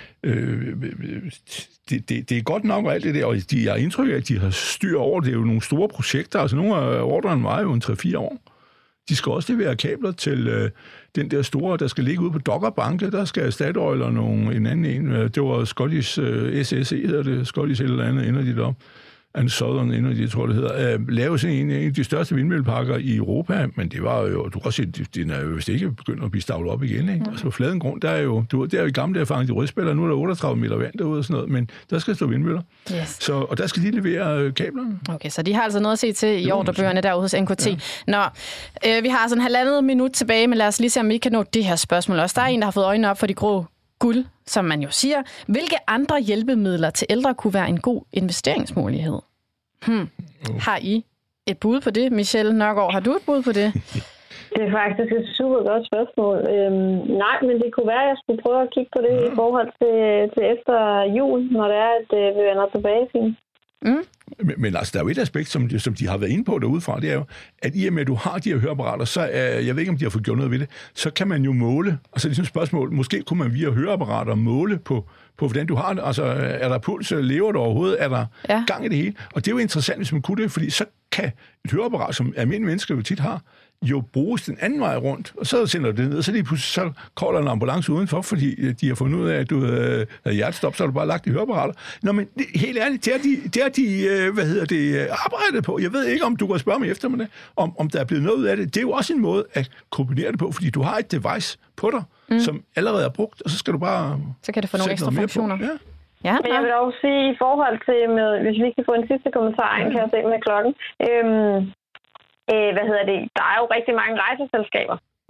Det er godt nok og alt det der, og de har indtryk af, at de har styr over. Det er jo nogle store projekter, altså nogle af ordrene var jo en 3-4 år. De skal også levere kabler til den der store, der skal ligge ude på Doggerbanke, der skal Statoil og en anden. Det var Scottish SSE, hedder det, Scottish eller andet, ender de deroppe. En Southern Energy, jeg tror det hedder, lave sådan en af de største vindmølleparker i Europa, men det var jo, du kan også se, den er jo vist ikke begyndt at blive stavlet op igen, ikke? Altså på fladen grund, der er jo i gamle erfaring, de rødspiller, nu er der 38 meter vand derude og sådan noget, men der skal stå vindmøller. Yes. Og der skal de levere kablerne. Okay, så de har altså noget at se til i ordrebøgerne derude hos NKT. Ja. Nå, vi har sådan 1,5 minut tilbage, men lad os lige se, om vi kan nå det her spørgsmål også. Der er en, der har fået øjnene op for de grå guld, som man jo siger. Hvilke andre hjælpemidler til ældre kunne være en god investeringsmulighed? Har I et bud på det? Michelle Nørgaard, har du et bud på det? Det er faktisk et super godt spørgsmål. Nej, men det kunne være, at jeg skulle prøve at kigge på det i forhold til efter jul, når det er, at vi vender tilbage til. Men altså, der er jo et aspekt, som de har været inde på derudefra, det er jo, at i og med, at du har de her høreapparater, så jeg ved ikke, om de har fået gjort noget ved det, så kan man jo måle, altså det er et spørgsmål, måske kunne man via høreapparater måle på hvordan du har det, altså er der puls, lever du overhovedet, er der gang i det hele, og det er jo interessant, hvis man kunne det, fordi så kan et høreapparat, som almindelige mennesker jo tit har, jo bruges den anden vej rundt, og så sender du det ned, og så lige pludselig så kolder en ambulance udenfor, fordi de har fundet ud af, at du havde hjertestop, så har du bare lagt i høreapparater. Nå, men helt ærligt, det er de arbejdet på. Jeg ved ikke, om du kan spørge mig efter med det, om der er blevet noget ud af det. Det er jo også en måde at kombinere det på, fordi du har et device på dig, som allerede er brugt, og så skal du bare... Så kan det få nogle ekstra funktioner. Ja, men jeg vil også sige, i forhold til, hvis vi kan få en sidste kommentar, kan jeg se med klokken. Der er jo rigtig mange rejseselskaber,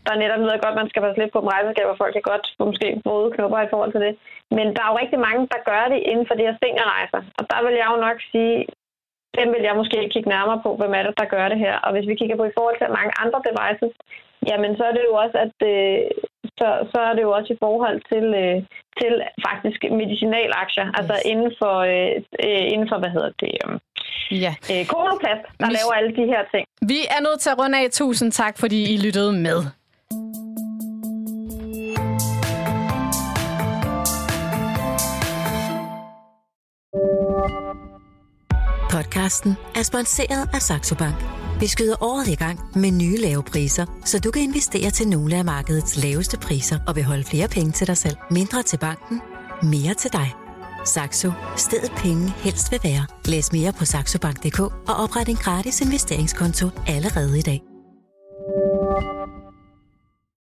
der netop ved godt, man skal passe lidt på med rejseskaber, folk kan godt måske røde knopper i forhold til det. Men der er jo rigtig mange, der gør det inden for de her seniorrejser. Og der vil jeg jo nok sige, dem vil jeg måske kigge nærmere på, hvem er det, der gør det her. Og hvis vi kigger på i forhold til mange andre devices, jamen så er det jo også, at så er det jo også i forhold til faktisk medicinalaktier, altså inden for hvad hedder det? Coloplast, der laver alle de her ting. Vi er nødt til at runde af. Tusind tak, fordi I lyttede med. Podcasten er sponsoreret af Saxo Bank. Vi skyder året i gang med nye lave priser, så du kan investere til nogle af markedets laveste priser og beholde flere penge til dig selv. Mindre til banken, mere til dig. Saxo. Stedet penge helst vil være. Læs mere på saxobank.dk og opret en gratis investeringskonto allerede i dag.